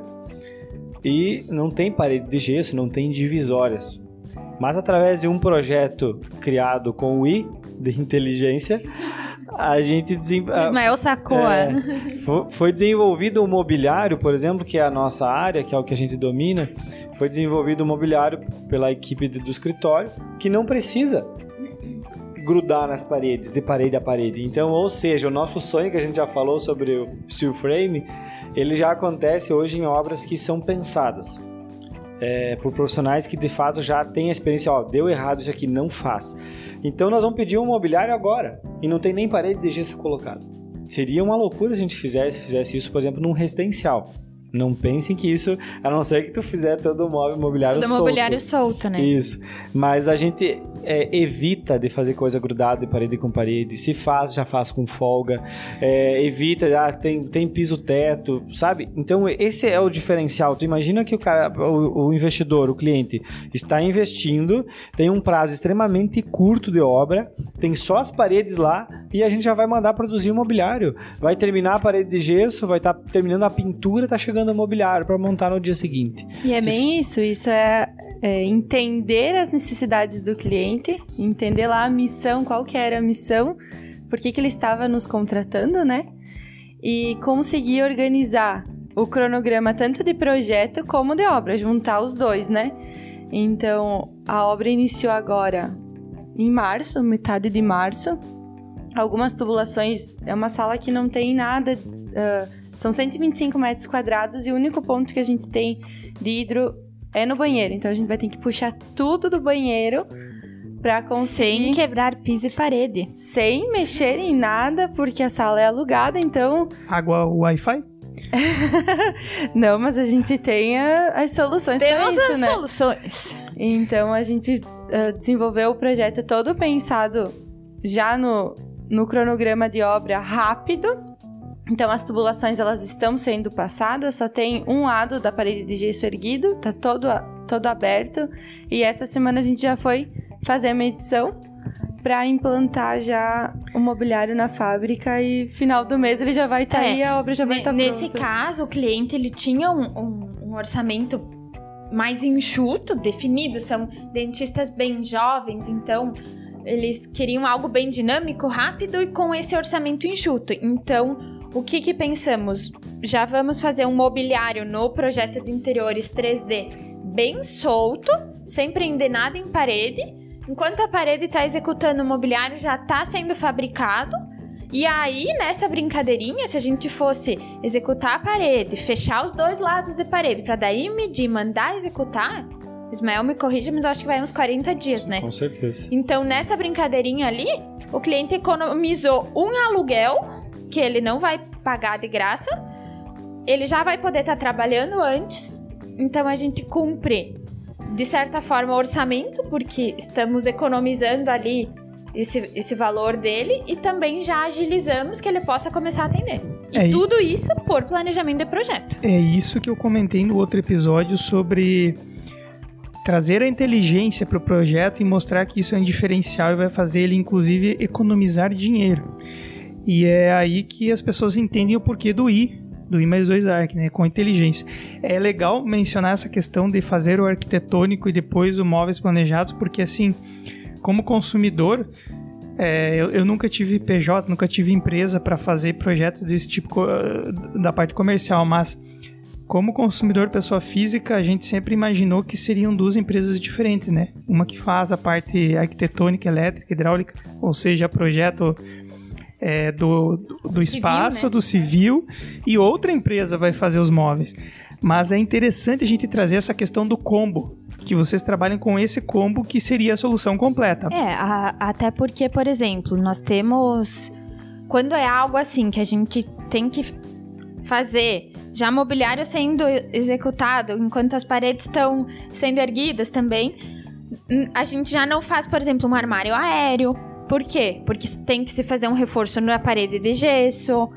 e não tem parede de gesso, não tem divisórias. Mas através de um projeto criado com o I, de inteligência, a gente Ismael sacou. foi desenvolvido um mobiliário, por exemplo, que é a nossa área, que é o que a gente domina. Foi desenvolvido um mobiliário pela equipe do escritório, que não precisa grudar nas paredes, de parede a parede. Então, ou seja, o nosso sonho, que a gente já falou sobre o steel frame, ele já acontece hoje em obras que são pensadas por profissionais que de fato já têm a experiência, deu errado isso aqui, não faz. Então nós vamos pedir um mobiliário agora e não tem nem parede de gesso colocado. Seria uma loucura se a gente fizesse isso, por exemplo, num residencial. Não pensem que isso, a não ser que tu fizer todo o mobiliário solto. Todo mobiliário solto, né? Isso. Mas a gente evita de fazer coisa grudada de parede com parede. Se faz, já faz com folga. Evita, tem piso-teto, sabe? Então, esse é o diferencial. Tu imagina que o investidor, o cliente, está investindo, tem um prazo extremamente curto de obra, tem só as paredes lá e a gente já vai mandar produzir o mobiliário. Vai terminar a parede de gesso, vai estar terminando a pintura, está chegando o mobiliário para montar no dia seguinte. E é bem isso é entender as necessidades do cliente, entender lá a missão, qual que era a missão, por que ele estava nos contratando, né? E conseguir organizar o cronograma tanto de projeto como de obra, juntar os dois, né? Então, a obra iniciou agora em março, metade de março. Algumas tubulações, é uma sala que não tem nada, são 125 metros quadrados e o único ponto que a gente tem de hidro é no banheiro. Então, a gente vai ter que puxar tudo do banheiro pra conseguir... Sem quebrar piso e parede. Sem mexer em nada, porque a sala é alugada, então... Água, Wi-Fi? Não, mas a gente tem as soluções para isso, Temos as né? soluções. Então, a gente desenvolveu o projeto todo pensado já no cronograma de obra rápido. Então, as tubulações, elas estão sendo passadas, só tem um lado da parede de gesso erguido, tá todo aberto. E essa semana a gente já foi fazer a medição para implantar já o mobiliário na fábrica e final do mês ele já vai estar aí, a obra já vai estar pronta. Nesse caso, o cliente ele tinha um orçamento mais enxuto, definido, são dentistas bem jovens, então eles queriam algo bem dinâmico, rápido e com esse orçamento enxuto. Então, o que pensamos? Já vamos fazer um mobiliário no projeto de interiores 3D bem solto, sem prender nada em parede. Enquanto a parede está executando o mobiliário, já está sendo fabricado. E aí, nessa brincadeirinha, se a gente fosse executar a parede, fechar os dois lados da parede, para daí medir, mandar executar, Ismael me corrija, mas eu acho que vai uns 40 dias, né? Com certeza. Então, nessa brincadeirinha ali, o cliente economizou um aluguel, que ele não vai pagar de graça, ele já vai poder estar trabalhando antes, então a gente cumpre... de certa forma, o orçamento, porque estamos economizando ali esse valor dele e também já agilizamos que ele possa começar a atender. E tudo isso por planejamento de projeto. É isso que eu comentei no outro episódio sobre trazer a inteligência para o projeto e mostrar que isso é um diferencial e vai fazer ele, inclusive, economizar dinheiro. E é aí que as pessoas entendem o porquê do I mais 2 ARC, né, com inteligência. É legal mencionar essa questão de fazer o arquitetônico e depois o móveis planejados, porque assim, como consumidor, eu nunca tive PJ, nunca tive empresa para fazer projetos desse tipo da parte comercial, mas como consumidor, pessoa física, a gente sempre imaginou que seriam 2 empresas diferentes, né? Uma que faz a parte arquitetônica, elétrica, hidráulica, ou seja, projeto... do espaço, civil, né? Do civil, e outra empresa vai fazer os móveis. Mas é interessante a gente trazer essa questão do combo, que vocês trabalhem com esse combo que seria a solução completa. Até porque, por exemplo, nós temos... Quando é algo assim que a gente tem que fazer, já mobiliário sendo executado, enquanto as paredes estão sendo erguidas também, a gente já não faz, por exemplo, um armário aéreo. Por quê? Porque tem que se fazer um reforço na parede de gesso,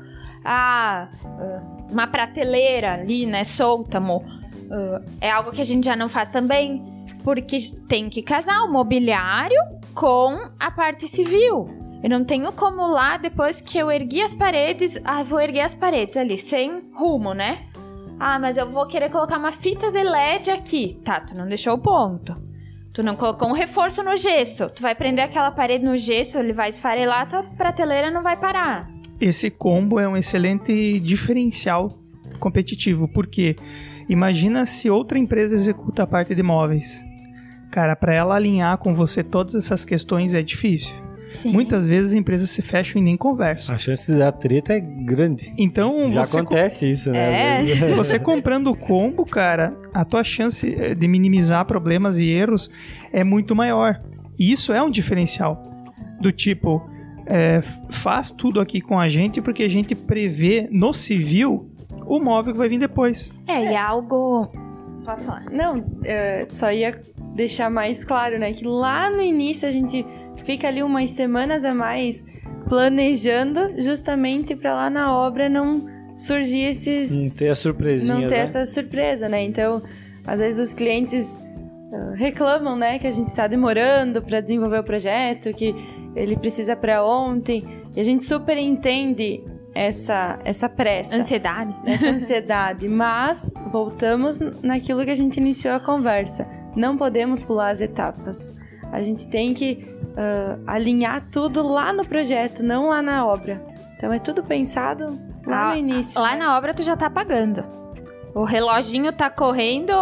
uma prateleira ali, né, solta, amor. É algo que a gente já não faz também, porque tem que casar o mobiliário com a parte civil. Eu não tenho como lá, depois que eu ergui as paredes, vou erguer as paredes ali, sem rumo, né? Mas eu vou querer colocar uma fita de LED aqui. Tá, tu não deixou o ponto. Tu não colocou um reforço no gesso. Tu vai prender aquela parede no gesso, ele vai esfarelar, tua prateleira não vai parar. Esse combo é um excelente diferencial competitivo, porque imagina se outra empresa executa a parte de móveis. Cara, para ela alinhar com você todas essas questões é difícil. Sim. Muitas vezes as empresas se fecham e nem conversam. A chance de dar treta é grande. Então, já acontece isso, né? Você comprando o combo, cara, a tua chance de minimizar problemas e erros é muito maior. E isso é um diferencial. Do tipo, faz tudo aqui com a gente porque a gente prevê no civil o móvel que vai vir depois. E é algo... Pode falar. Não, só ia deixar mais claro, né? Que lá no início a gente... fica ali umas semanas a mais planejando, justamente para lá na obra não surgir esses... Não ter a surpresinha, não ter essa surpresa, né? Então, às vezes os clientes reclamam, né? Que a gente está demorando para desenvolver o projeto, que ele precisa para ontem. E a gente super entende essa pressa. Ansiedade. Essa ansiedade. Mas voltamos naquilo que a gente iniciou a conversa. Não podemos pular as etapas. A gente tem que alinhar tudo lá no projeto, não lá na obra. Então é tudo pensado lá no início. Lá na obra tu já tá pagando. O reloginho tá correndo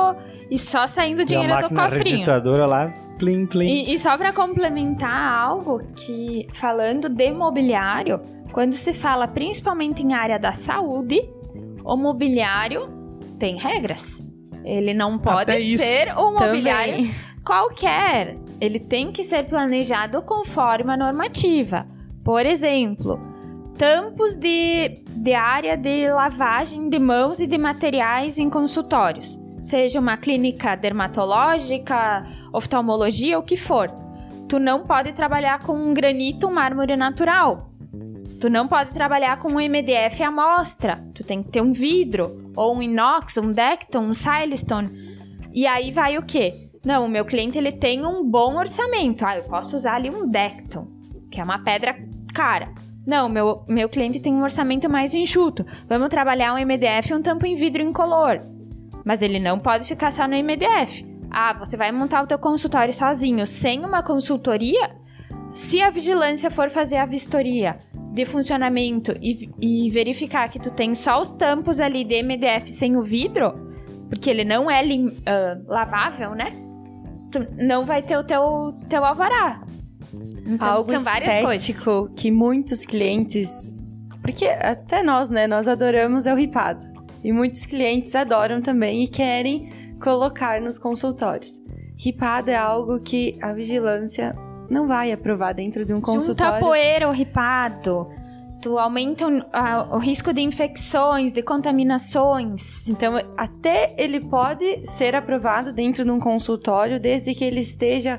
e só saindo dinheiro do máquina cofrinho. registradora lá, plim, plim. E só para complementar algo que, falando de mobiliário, quando se fala principalmente em área da saúde, o mobiliário tem regras. Ele não pode ser um mobiliário também qualquer. Ele tem que ser planejado conforme a normativa. Por exemplo, tampos de área de lavagem de mãos e de materiais em consultórios. Seja uma clínica dermatológica, oftalmologia, o que for. Tu não pode trabalhar com um granito, um mármore natural. Tu não pode trabalhar com um MDF amostra. Tu tem que ter um vidro, ou um inox, um Decton, um Silestone. E aí vai o quê? Não, o meu cliente ele tem um bom orçamento. Eu posso usar ali um Decton, que é uma pedra cara. Não, meu cliente tem um orçamento mais enxuto. Vamos trabalhar um MDF e um tampo em vidro incolor. Mas ele não pode ficar só no MDF. Você vai montar o teu consultório sozinho, sem uma consultoria? Se a vigilância for fazer a vistoria de funcionamento e verificar que tu tem só os tampos ali de MDF sem o vidro, porque ele não é lavável, né? Tu não vai ter o teu alvará. Então, algo são várias estético coisas que muitos clientes... Porque até nós, né? Nós adoramos é o ripado. E muitos clientes adoram também e querem colocar nos consultórios. Ripado é algo que a vigilância não vai aprovar dentro de um consultório. Junta poeira ou ripado. Tu aumenta o risco de infecções, de contaminações. Então, até ele pode ser aprovado dentro de um consultório, desde que ele esteja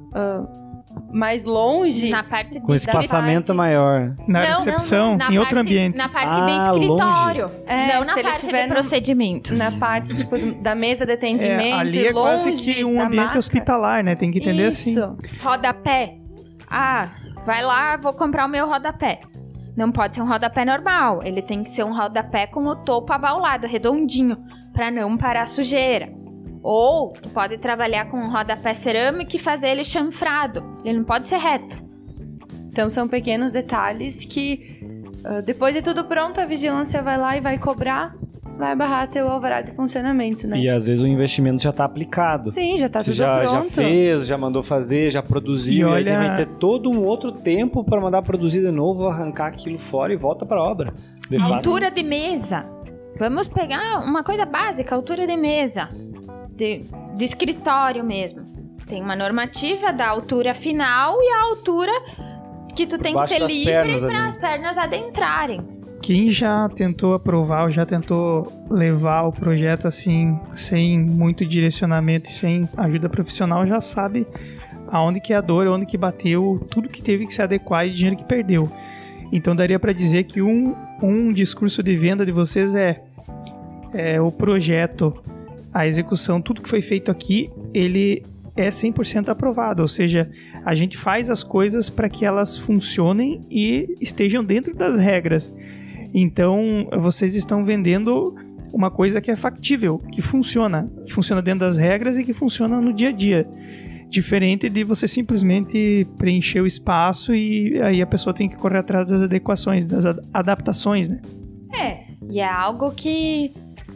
mais longe. Na parte Com espaçamento maior. Na recepção, em outro ambiente. Na parte de escritório. Não na se ele parte tiver de procedimentos. Na parte, tipo, da mesa de atendimento, ali é longe quase que um da ambiente maca. hospitalar, né? Tem que entender Isso. assim. Rodapé. Vai lá, vou comprar o meu rodapé. Não pode ser um rodapé normal. Ele tem que ser um rodapé com o topo abaulado, redondinho, para não parar sujeira. Ou tu pode trabalhar com um rodapé cerâmico e fazer ele chanfrado. Ele não pode ser reto. Então, são pequenos detalhes que, depois de tudo pronto, a vigilância vai lá e vai cobrar, vai barrar teu alvará de funcionamento, né? E às vezes o investimento já tá aplicado. Sim, já tá Você tudo já pronto. fez, já mandou fazer, já produziu. E olha- E aí vai ter todo um outro tempo para mandar produzir de novo, arrancar aquilo fora e volta pra obra. De fato. Altura de mesa. Vamos pegar uma coisa básica, altura de mesa. De escritório mesmo. Tem uma normativa da altura final e a altura que tu tem que Embaixo ter das livre pernas para ali. as pernas adentrarem. Quem já tentou aprovar ou já tentou levar o projeto assim, sem muito direcionamento e sem ajuda profissional, já sabe aonde que é a dor, onde que bateu, tudo que teve que se adequar e dinheiro que perdeu. Então daria para dizer que um discurso de venda de vocês é o projeto, a execução, tudo que foi feito aqui, ele é 100% aprovado, ou seja, a gente faz as coisas para que elas funcionem e estejam dentro das regras. Então, vocês estão vendendo uma coisa que é factível, que funciona dentro das regras e que funciona no dia a dia. Diferente de você simplesmente preencher o espaço e aí a pessoa tem que correr atrás das adequações, das adaptações, né? E é algo que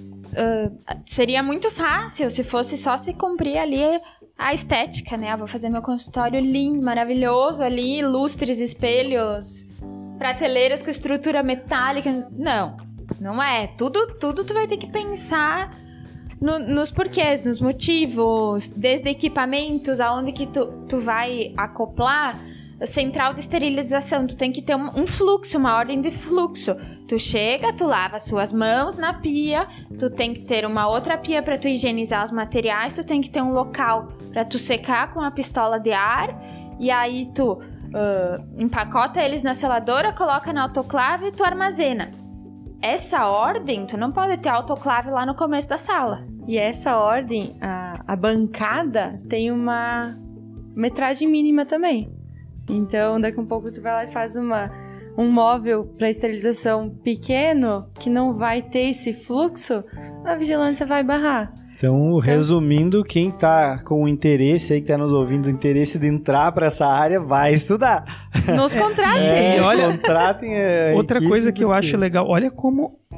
seria muito fácil se fosse só se cumprir ali a estética, né? Vou fazer meu consultório lindo, maravilhoso ali, lustres, espelhos, prateleiras com estrutura metálica. Não é. Tudo tu vai ter que pensar nos porquês, nos motivos, desde equipamentos, aonde que tu vai acoplar. Central de esterilização, tu tem que ter um fluxo, uma ordem de fluxo. Tu chega, tu lava as suas mãos na pia, tu tem que ter uma outra pia para tu higienizar os materiais, tu tem que ter um local para tu secar com a pistola de ar, e aí tu empacota eles na seladora, coloca na autoclave e tu armazena. Essa ordem, tu não pode ter autoclave lá no começo da sala. E essa ordem, a bancada tem uma metragem mínima também. Então, daqui a um pouco tu vai lá e faz um móvel para esterilização pequeno, que não vai ter esse fluxo, a vigilância vai barrar. Então, resumindo, quem tá com interesse aí, que tá nos ouvindo, interesse de entrar para essa área, vai estudar. Nos contratem! E olha, contratem a outra equipe, coisa que eu porque- acho legal, olha como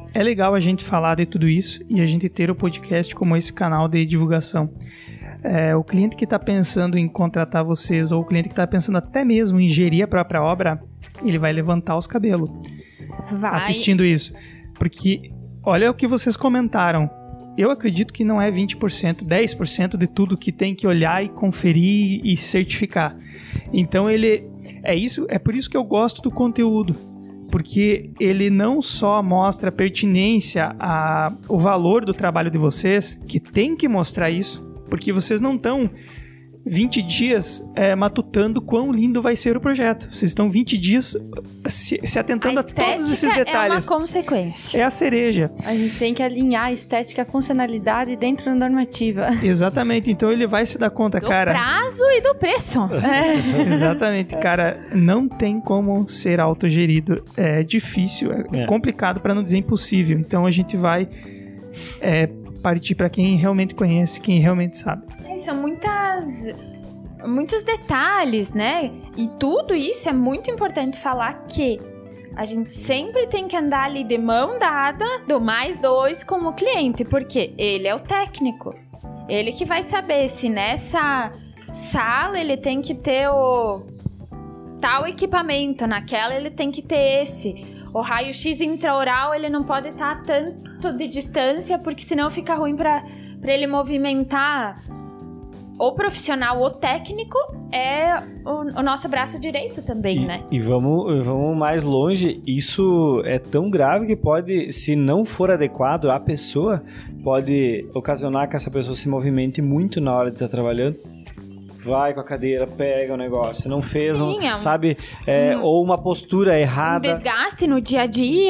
é legal a gente falar de tudo isso e a gente ter o podcast como esse canal de divulgação. O cliente que está pensando em contratar vocês, ou o cliente que está pensando até mesmo em gerir a própria obra, ele vai levantar os cabelos assistindo isso. Porque olha o que vocês comentaram. Eu acredito que não é 20%, 10% de tudo que tem que olhar e conferir e certificar. Então é por isso que eu gosto do conteúdo. Porque ele não só mostra a pertinência, o valor do trabalho de vocês, que tem que mostrar isso, porque vocês não estão 20 dias matutando quão lindo vai ser o projeto. Vocês estão 20 dias se atentando a todos esses detalhes. É uma consequência. É a cereja. A gente tem que alinhar a estética e a funcionalidade dentro da normativa. Exatamente. Então ele vai se dar conta, do cara... Do prazo e do preço. Exatamente, cara. Não tem como ser autogerido. É difícil, é complicado, para não dizer impossível. Então a gente vai partir para quem realmente conhece, quem realmente sabe. São muitos detalhes, né? E tudo isso é muito importante falar que a gente sempre tem que andar ali de mão dada, do +2 com o cliente, porque ele é o técnico. Ele que vai saber se nessa sala ele tem que ter o tal equipamento, naquela ele tem que ter esse. O raio-x intraoral ele não pode estar tanto de distância, porque senão fica ruim para ele movimentar. O profissional, o técnico, é o nosso braço direito também, né? E vamos mais longe. Isso é tão grave que pode, se não for adequado, a pessoa pode ocasionar que essa pessoa se movimente muito na hora de estar trabalhando. Vai com a cadeira, pega o negócio, não fez, sabe? Ou uma postura errada. Um desgaste no dia a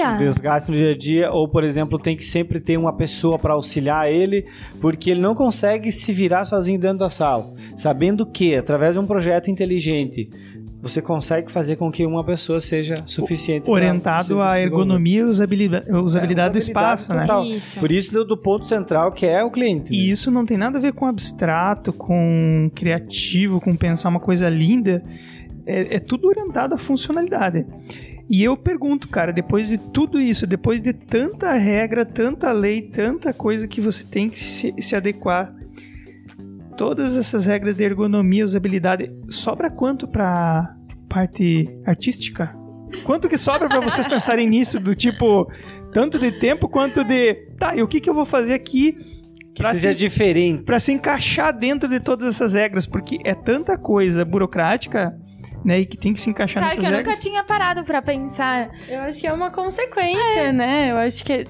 dia. Ou, por exemplo, tem que sempre ter uma pessoa para auxiliar ele, porque ele não consegue se virar sozinho dentro da sala. Sabendo que, através de um projeto inteligente, você consegue fazer com que uma pessoa seja suficiente. Orientado à ergonomia e usabilidade do espaço, né? Isso. Por isso, do ponto central, que é o cliente. E isso não tem nada a ver com abstrato, com criativo, com pensar uma coisa linda. É tudo orientado à funcionalidade. E eu pergunto, cara, depois de tudo isso, depois de tanta regra, tanta lei, tanta coisa que você tem que se adequar, todas essas regras de ergonomia, usabilidade, sobra quanto pra parte artística? Quanto que sobra pra vocês pensarem nisso? Do tipo, tanto de tempo quanto de... Tá, e o que eu vou fazer aqui que seja diferente? Pra se encaixar dentro de todas essas regras, porque é tanta coisa burocrática, né, e que tem que se encaixar nessas regras. Sabe que eu nunca tinha parado pra pensar. Eu acho que é uma consequência, né? Eu acho que...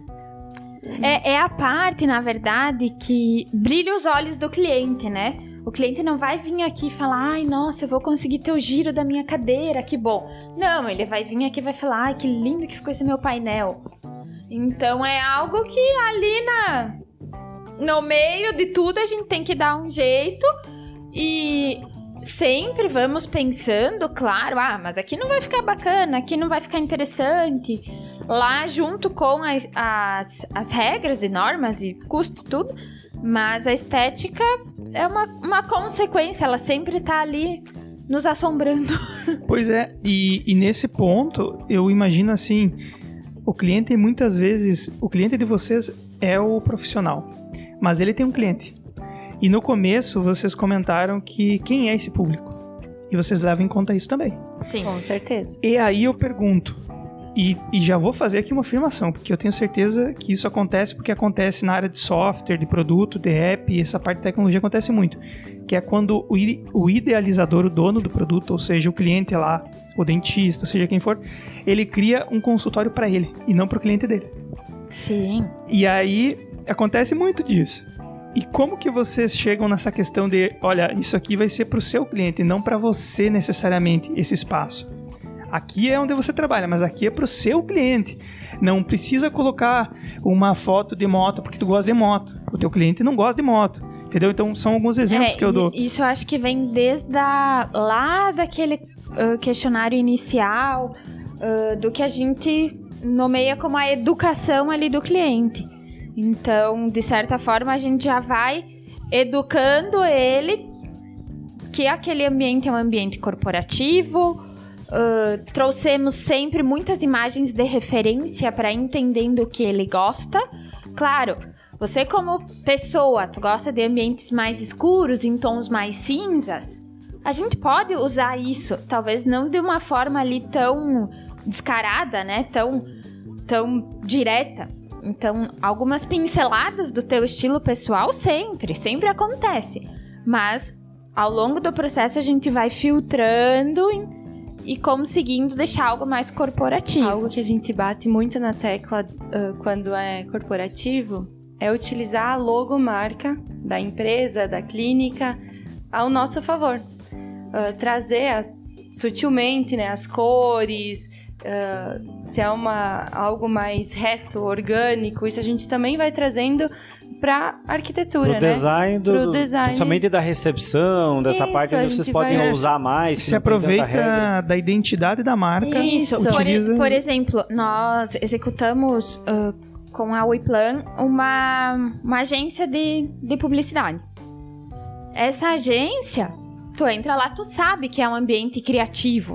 É a parte, na verdade, que brilha os olhos do cliente, né? O cliente não vai vir aqui e falar, ai, nossa, eu vou conseguir ter o giro da minha cadeira, que bom. Não, ele vai vir aqui e vai falar, ai, que lindo que ficou esse meu painel. Então é algo que ali no meio de tudo a gente tem que dar um jeito e sempre vamos pensando, claro, mas aqui não vai ficar bacana, aqui não vai ficar interessante. Lá junto com as regras de normas e custo e tudo, mas a estética é uma consequência, ela sempre tá ali nos assombrando. Pois é, e nesse ponto eu imagino assim, o cliente muitas vezes, o cliente de vocês é o profissional, mas ele tem um cliente. E no começo vocês comentaram que quem é esse público? E vocês levam em conta isso também. Sim, com certeza. E aí eu pergunto, e já vou fazer aqui uma afirmação, porque eu tenho certeza que isso acontece porque acontece na área de software, de produto, de app, essa parte de tecnologia acontece muito, que é quando o idealizador, o dono do produto, ou seja, o cliente lá, o dentista, ou seja, quem for, ele cria um consultório para ele e não para o cliente dele. Sim. E aí acontece muito disso. E como que vocês chegam nessa questão de, olha, isso aqui vai ser para o seu cliente, não para você necessariamente, esse espaço? Aqui é onde você trabalha, mas aqui é para o seu cliente. Não precisa colocar uma foto de moto porque tu gosta de moto. O teu cliente não gosta de moto, entendeu? Então são alguns exemplos que eu dou. Isso eu acho que vem desde lá daquele questionário inicial, do que a gente nomeia como a educação ali do cliente. Então, de certa forma, a gente já vai educando ele que aquele ambiente é um ambiente corporativo, trouxemos sempre muitas imagens de referência para entendendo o que ele gosta. Claro, você como pessoa, tu gosta de ambientes mais escuros, em tons mais cinzas, a gente pode usar isso, talvez não de uma forma ali tão descarada, né? Tão direta. Então, algumas pinceladas do teu estilo pessoal sempre acontece. Mas, ao longo do processo, a gente vai filtrando e conseguindo deixar algo mais corporativo. Algo que a gente bate muito na tecla quando é corporativo é utilizar a logomarca da empresa, da clínica, ao nosso favor. Trazer sutilmente, né, as cores, se é algo mais reto, orgânico, isso a gente também vai trazendo para arquitetura, pro design, Pro design. Somente da recepção, dessa Isso, parte onde vocês podem usar mais. Se aproveita da identidade da marca. Isso, utiliza... por exemplo, nós executamos com a WePlan uma agência de publicidade. Essa agência, tu entra lá, tu sabe que é um ambiente criativo.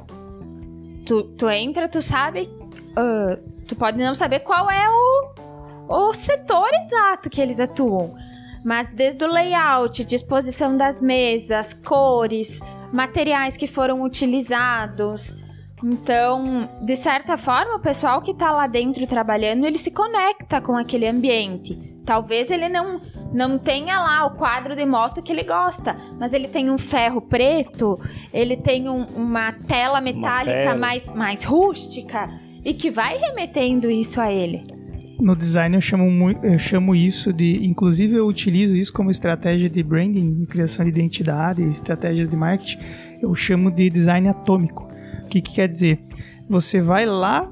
Tu entra, tu sabe, tu pode não saber qual é o setor exato que eles atuam. Mas desde o layout, disposição das mesas, cores, materiais que foram utilizados. Então, de certa forma, o pessoal que tá lá dentro trabalhando, ele se conecta com aquele ambiente. Talvez ele não tenha lá o quadro de moto que ele gosta, mas ele tem um ferro preto, ele tem uma tela metálica mais rústica e que vai remetendo isso a ele. No design eu chamo isso de... Inclusive eu utilizo isso como estratégia de branding, de criação de identidade, estratégias de marketing. Eu chamo de design atômico. O que quer dizer? Você vai lá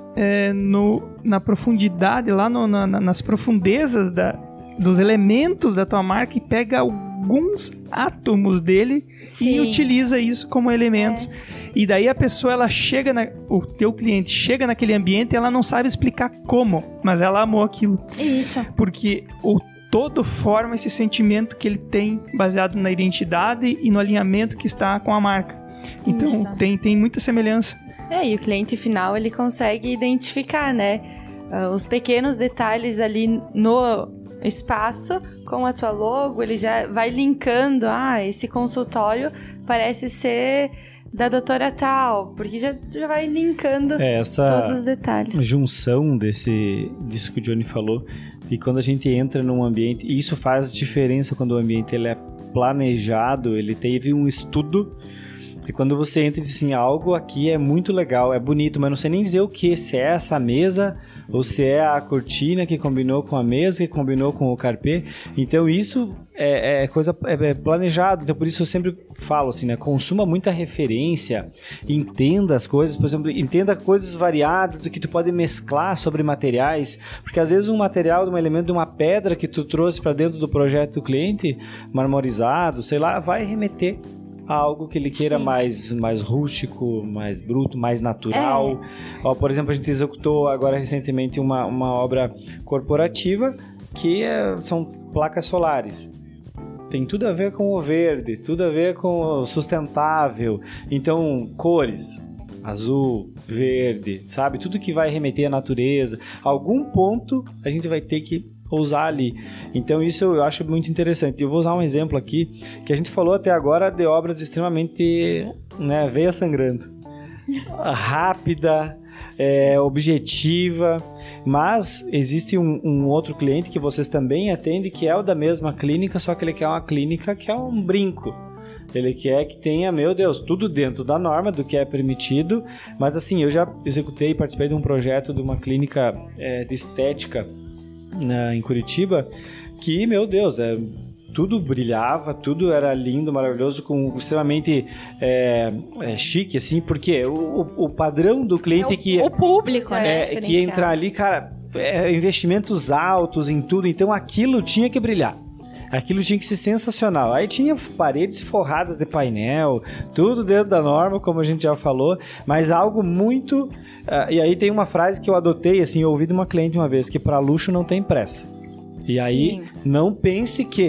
na profundidade, lá nas profundezas dos elementos da tua marca e pega alguns átomos dele e utiliza isso como elementos. E daí a pessoa, o teu cliente chega naquele ambiente e ela não sabe explicar como, mas ela amou aquilo. Isso. Porque o todo forma esse sentimento que ele tem baseado na identidade e no alinhamento que está com a marca. Então tem muita semelhança. E o cliente final, ele consegue identificar, né? Os pequenos detalhes ali no espaço com a tua logo, ele já vai linkando, esse consultório parece ser da doutora tal, porque já vai linkando todos os detalhes. Junção disso que o Johnny falou, e quando a gente entra num ambiente, e isso faz diferença quando o ambiente ele é planejado, ele teve um estudo. E quando você entra e diz assim, algo aqui é muito legal, é bonito, mas não sei nem dizer o que, se é essa mesa ou se é a cortina que combinou com a mesa, que combinou com o carpê. Então isso é planejado. Então por isso eu sempre falo assim, né? Consuma muita referência, entenda as coisas, por exemplo, entenda coisas variadas do que tu pode mesclar sobre materiais, porque às vezes um material, um elemento de uma pedra que tu trouxe para dentro do projeto do cliente, marmorizado, sei lá, vai remeter a algo que ele queira mais rústico, mais bruto, mais natural. Por exemplo, a gente executou agora recentemente uma obra corporativa que são placas solares. Tem tudo a ver com o verde, tudo a ver com o sustentável. Então, cores, azul, verde, sabe? Tudo que vai remeter à natureza. Algum ponto a gente vai ter que usar ali. Então isso eu acho muito interessante. Eu vou usar um exemplo aqui que a gente falou até agora de obras extremamente, né, veia sangrando, rápida, objetiva, mas existe um outro cliente que vocês também atendem, que é o da mesma clínica, só que ele quer uma clínica que é um brinco. Ele quer que tenha, meu Deus, tudo dentro da norma, do que é permitido, mas assim, eu já executei, participei de um projeto de uma clínica de estética em Curitiba, que, meu Deus, tudo brilhava, tudo era lindo, maravilhoso, extremamente chique, assim, porque o padrão do cliente o público, né? Que entra ali, cara, investimentos altos em tudo, então aquilo tinha que brilhar. Aquilo tinha que ser sensacional. Aí tinha paredes forradas de painel, tudo dentro da norma, como a gente já falou, mas algo muito... e aí tem uma frase que eu adotei, assim, eu ouvi de uma cliente uma vez, que para luxo não tem pressa. E aí, não pense que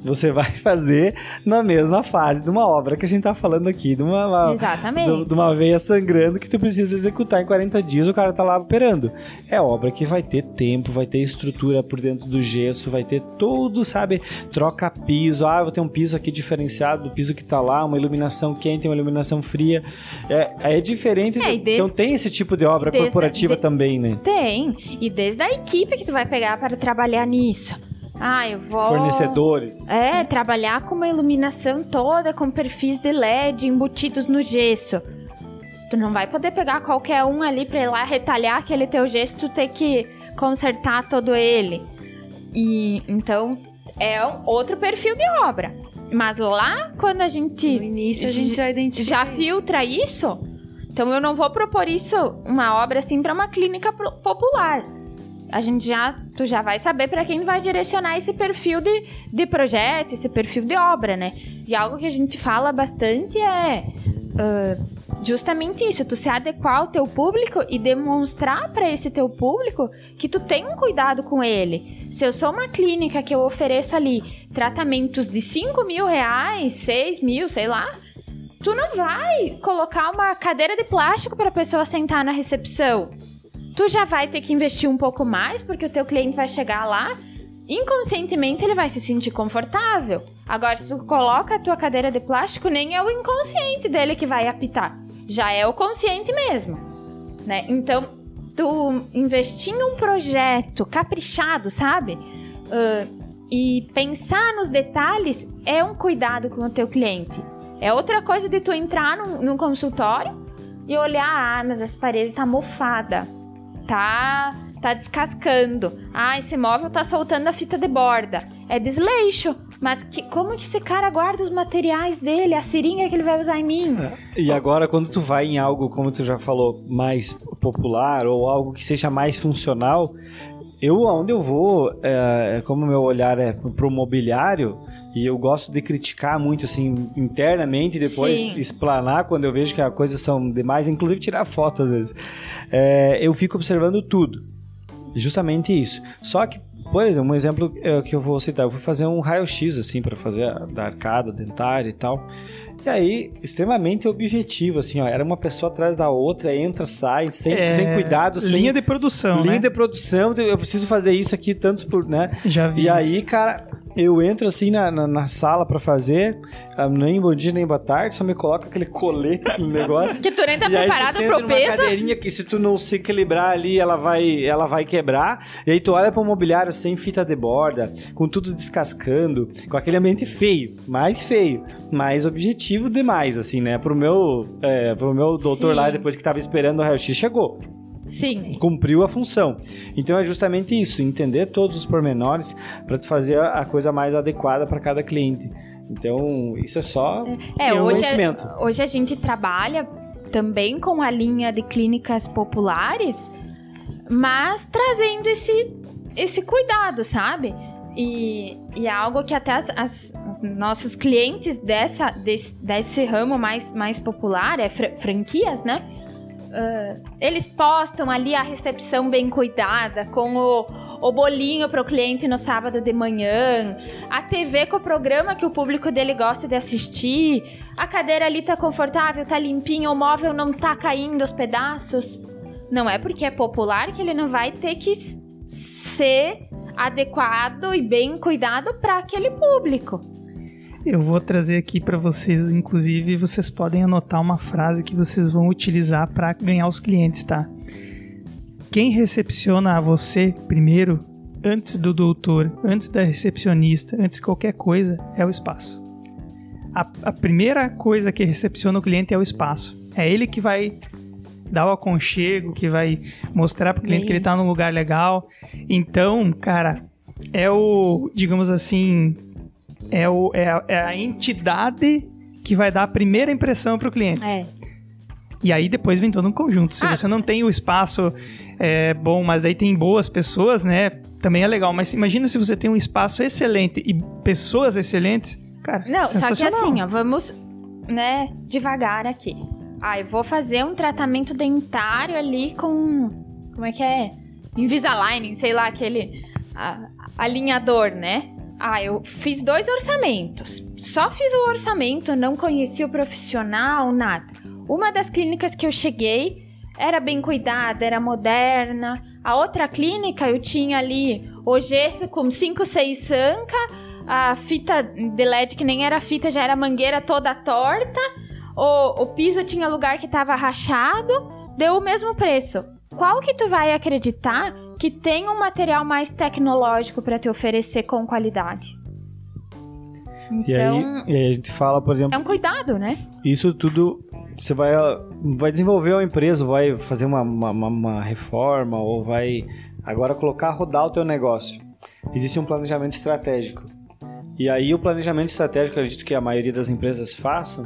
você vai fazer na mesma fase de uma obra que a gente tá falando aqui, Exatamente. De uma veia sangrando que tu precisa executar em 40 dias, o cara tá lá operando. É obra que vai ter tempo, vai ter estrutura por dentro do gesso, vai ter tudo, sabe? Troca piso, eu vou ter um piso aqui diferenciado do piso que tá lá, uma iluminação quente, uma iluminação fria. É diferente, então tem esse tipo de obra corporativa também, né? Tem, e desde a equipe que tu vai pegar para trabalhar nisso. Eu vou... Fornecedores. Trabalhar com uma iluminação toda, com perfis de LED embutidos no gesso. Tu não vai poder pegar qualquer um ali pra ir lá retalhar aquele teu gesso, tu ter que consertar todo ele. E então, é outro perfil de obra. Mas lá, quando a gente... No início, a gente já identifica já filtra isso. Então, eu não vou propor isso, uma obra assim, pra uma clínica popular. Tu já vai saber para quem vai direcionar esse perfil de projeto, esse perfil de obra, né? E algo que a gente fala bastante é justamente isso, tu se adequar ao teu público e demonstrar para esse teu público que tu tem um cuidado com ele. Se eu sou uma clínica que eu ofereço ali tratamentos de R$5.000, 6.000, sei lá, tu não vai colocar uma cadeira de plástico para a pessoa sentar na recepção. Tu já vai ter que investir um pouco mais, porque o teu cliente vai chegar lá, inconscientemente ele vai se sentir confortável. Agora, se tu coloca a tua cadeira de plástico, nem é o inconsciente dele que vai apitar, já é o consciente mesmo, né? Então, tu investir em um projeto caprichado, sabe? E pensar nos detalhes é um cuidado com o teu cliente. É outra coisa de tu entrar num consultório e olhar, mas essa parede tá mofada. Tá descascando. Esse móvel tá soltando a fita de borda. É desleixo. Mas como que esse cara guarda os materiais dele, a seringa que ele vai usar em mim? E agora, quando tu vai em algo, como tu já falou, mais popular ou algo que seja mais funcional, onde eu vou, como meu olhar é pro mobiliário, e eu gosto de criticar muito, assim, internamente, e depois explanar quando eu vejo que as coisas são demais, inclusive tirar foto às vezes. Eu fico observando tudo. Justamente isso. Só que, por exemplo, um exemplo que eu vou citar, eu fui fazer um raio-x, assim, para fazer da arcada dentária e tal. E aí, extremamente objetivo, assim, ó. Era uma pessoa atrás da outra, entra, sai, sem cuidado. Linha de produção, linha de produção, eu preciso fazer isso aqui, tantos por, né? Já vi. E aí, cara, eu entro assim na sala pra fazer, nem bom dia, nem boa tarde, só me coloca aquele colete no negócio. Que tu nem tá preparado pro peso. Uma cadeirinha que se tu não se equilibrar ali, ela vai quebrar. E aí tu olha pro mobiliário sem fita de borda, com tudo descascando, com aquele ambiente feio, mais objetivo demais, assim, né? Pro meu doutor lá, depois que tava esperando o raio-x, chegou. Sim. Cumpriu a função. Então é justamente isso, entender todos os pormenores para tu fazer a coisa mais adequada para cada cliente. Então, isso é só conhecimento. Hoje a gente trabalha também com a linha de clínicas populares, mas trazendo esse cuidado, sabe? E é algo que até os nossos clientes desse ramo mais popular, franquias, né? Eles postam ali a recepção bem cuidada, com o bolinho para o cliente no sábado de manhã, a TV com o programa que o público dele gosta de assistir, a cadeira ali tá confortável, tá limpinha, o móvel não tá caindo aos pedaços. Não é porque é popular que ele não vai ter que ser adequado e bem cuidado para aquele público. Eu vou trazer aqui para vocês, inclusive, vocês podem anotar uma frase que vocês vão utilizar para ganhar os clientes, tá? Quem recepciona a você primeiro, antes do doutor, antes da recepcionista, antes de qualquer coisa, é o espaço. A primeira coisa que recepciona o cliente é o espaço. É ele que vai dar o aconchego, que vai mostrar pro cliente que ele tá num lugar legal. Então, cara, digamos assim... É a entidade que vai dar a primeira impressão para o cliente. E aí depois vem todo um conjunto. Se você não tem o espaço bom, mas aí tem boas pessoas, né? Também é legal. Mas imagina se você tem um espaço excelente e pessoas excelentes, cara, só que assim, ó, vamos, né, devagar aqui. Eu vou fazer um tratamento dentário ali com... Como é que é? Invisalign, sei lá, aquele alinhador, né? eu fiz 2 orçamentos. Só fiz o orçamento, não conheci o profissional, nada. Uma das clínicas que eu cheguei era bem cuidada, era moderna. A outra clínica, eu tinha ali o gesso com 5, 6 sanca, a fita de LED que nem era fita, já era mangueira toda torta. O piso tinha lugar que tava rachado, deu o mesmo preço. Qual que tu vai acreditar que tem um material mais tecnológico para te oferecer com qualidade? Então, e aí a gente fala, por exemplo... É um cuidado, né? Isso tudo, você vai desenvolver uma empresa, vai fazer uma reforma, ou vai agora colocar a rodar o teu negócio. Existe um planejamento estratégico. E aí o planejamento estratégico, eu acredito que a maioria das empresas façam,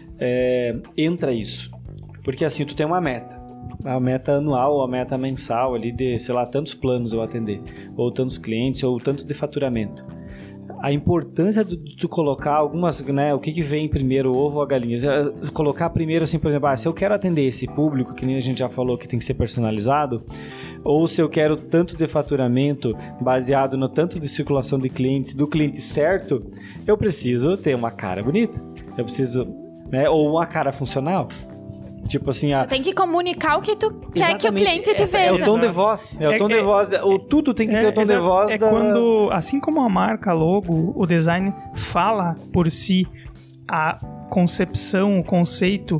entra isso. Porque assim, tu tem uma meta. A meta anual ou a meta mensal ali de, sei lá, tantos planos eu atender, ou tantos clientes, ou tanto de faturamento. A importância de tu colocar algumas, né, o que vem primeiro, o ovo ou a galinha. Colocar primeiro, assim, por exemplo, se eu quero atender esse público, que nem a gente já falou que tem que ser personalizado, ou se eu quero tanto de faturamento baseado no tanto de circulação de clientes, do cliente certo, eu preciso ter uma cara bonita. Eu preciso, né, ou uma cara funcional. Tipo assim, tem que comunicar o que tu quer que o cliente te veja. É o tom de voz. É o tom de voz. Tudo tem que ter o tom de voz. Quando, assim como a marca, logo, o design fala por si, a concepção, o conceito,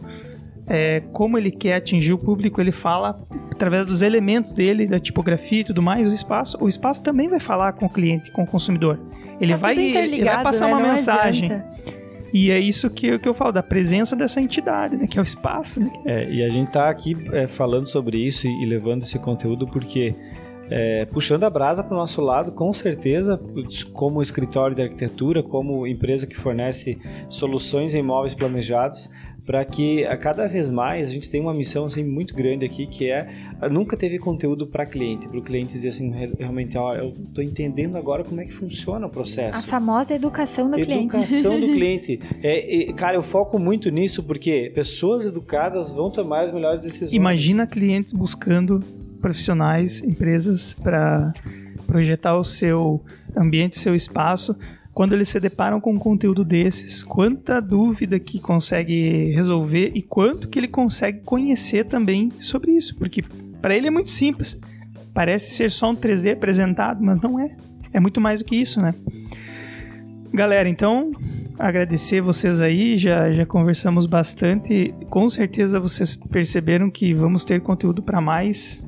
como ele quer atingir o público, ele fala através dos elementos dele, da tipografia e tudo mais, o espaço também vai falar com o cliente, com o consumidor. Ele vai passar uma mensagem. Adianta. E é isso que eu falo, da presença dessa entidade, né? Que é o espaço, né? E a gente tá aqui falando sobre isso e levando esse conteúdo porque puxando a brasa para o nosso lado, com certeza, como escritório de arquitetura, como empresa que fornece soluções em imóveis planejados, para que a cada vez mais a gente tem uma missão assim, muito grande aqui, que nunca teve conteúdo para cliente, para o cliente dizer assim, realmente, eu estou entendendo agora como é que funciona o processo. A famosa educação do cliente. Educação do cliente. Cara, eu foco muito nisso porque pessoas educadas vão tomar as melhores decisões. Imagina clientes buscando profissionais, empresas para projetar o seu ambiente, seu espaço. Quando eles se deparam com um conteúdo desses, quanta dúvida que consegue resolver e quanto que ele consegue conhecer também sobre isso, porque para ele é muito simples. Parece ser só um 3D apresentado, mas não é. É muito mais do que isso, né? Galera, então, agradecer vocês aí, já conversamos bastante. Com certeza vocês perceberam que vamos ter conteúdo para mais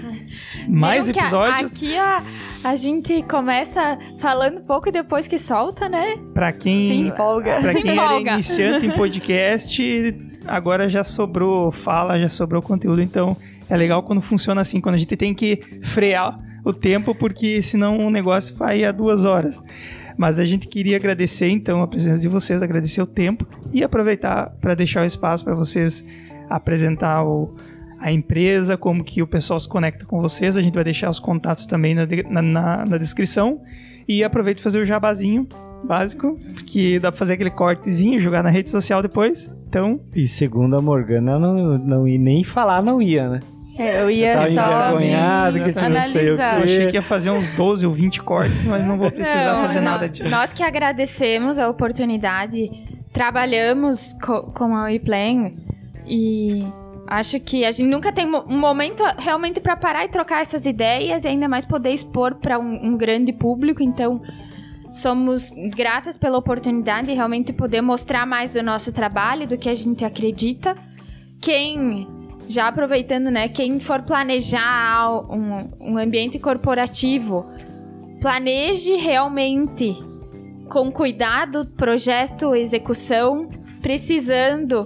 episódios. Aqui a gente começa falando pouco e depois que solta, né? Pra quem se empolga. Pra quem era iniciante em podcast, agora já sobrou fala, já sobrou conteúdo. Então é legal quando funciona assim, quando a gente tem que frear o tempo, porque senão o negócio vai a 2 horas. Mas a gente queria agradecer então a presença de vocês, agradecer o tempo e aproveitar para deixar o espaço para vocês apresentar a empresa, como que o pessoal se conecta com vocês. A gente vai deixar os contatos também na descrição. E aproveito para fazer o jabazinho básico, que dá para fazer aquele cortezinho, jogar na rede social depois. Então... E segundo a Morgana, não ia nem falar, não ia, né? Eu ia só envergonhado, que analisar. Não sei o quê. Eu achei que ia fazer uns 12 ou 20 cortes, mas não vou precisar fazer nada disso. Nós que agradecemos a oportunidade, trabalhamos com a WePlan e... Acho que a gente nunca tem um momento realmente para parar e trocar essas ideias e ainda mais poder expor para um grande público. Então, somos gratas pela oportunidade de realmente poder mostrar mais do nosso trabalho, do que a gente acredita. Já aproveitando, né, quem for planejar um ambiente corporativo, planeje realmente com cuidado, projeto, execução, precisando...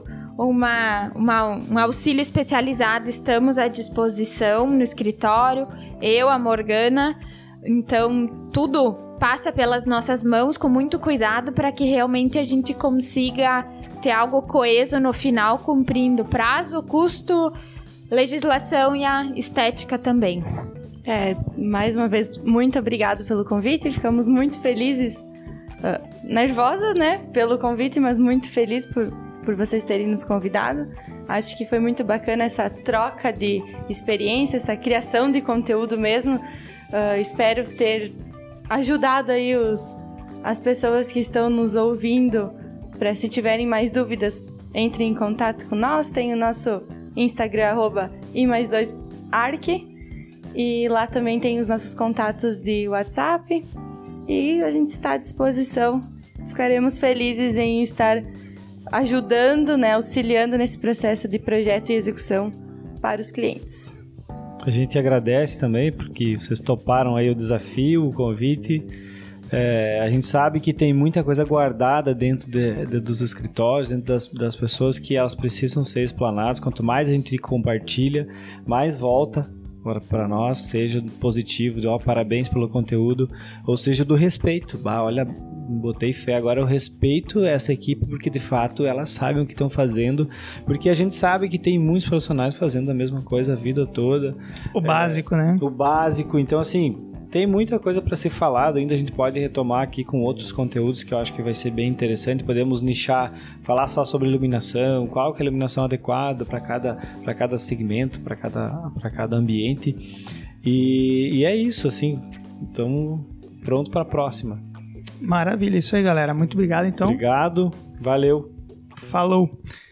um auxílio especializado, estamos à disposição no escritório, eu, a Morgana, então tudo passa pelas nossas mãos com muito cuidado para que realmente a gente consiga ter algo coeso no final, cumprindo prazo, custo, legislação e a estética também. Mais uma vez, muito obrigado pelo convite, ficamos muito felizes, nervosas, né, pelo convite, mas muito felizes por vocês terem nos convidado. Acho que foi muito bacana essa troca de experiência, essa criação de conteúdo mesmo. Espero ter ajudado aí as pessoas que estão nos ouvindo, para se tiverem mais dúvidas, entrem em contato com nós. Tem o nosso Instagram, @i+2arc, e lá também tem os nossos contatos de WhatsApp, e a gente está à disposição. Ficaremos felizes em estar ajudando, né, auxiliando nesse processo de projeto e execução para os clientes. A gente agradece também porque vocês toparam aí o desafio, o convite. A gente sabe que tem muita coisa guardada dentro dos escritórios, dentro das pessoas, que elas precisam ser explanadas. Quanto mais a gente compartilha, mais volta para nós, seja positivo, parabéns pelo conteúdo, ou seja do respeito. Olha, botei fé, agora eu respeito essa equipe porque de fato elas sabem o que estão fazendo, porque a gente sabe que tem muitos profissionais fazendo a mesma coisa a vida toda. O básico, né? O básico, então assim, tem muita coisa para ser falado ainda. A gente pode retomar aqui com outros conteúdos que eu acho que vai ser bem interessante. Podemos nichar, falar só sobre iluminação, qual que é a iluminação adequada para cada segmento, para cada ambiente. E é isso, assim. Então, pronto para a próxima. Maravilha, isso aí, galera. Muito obrigado, então. Obrigado, valeu. Falou.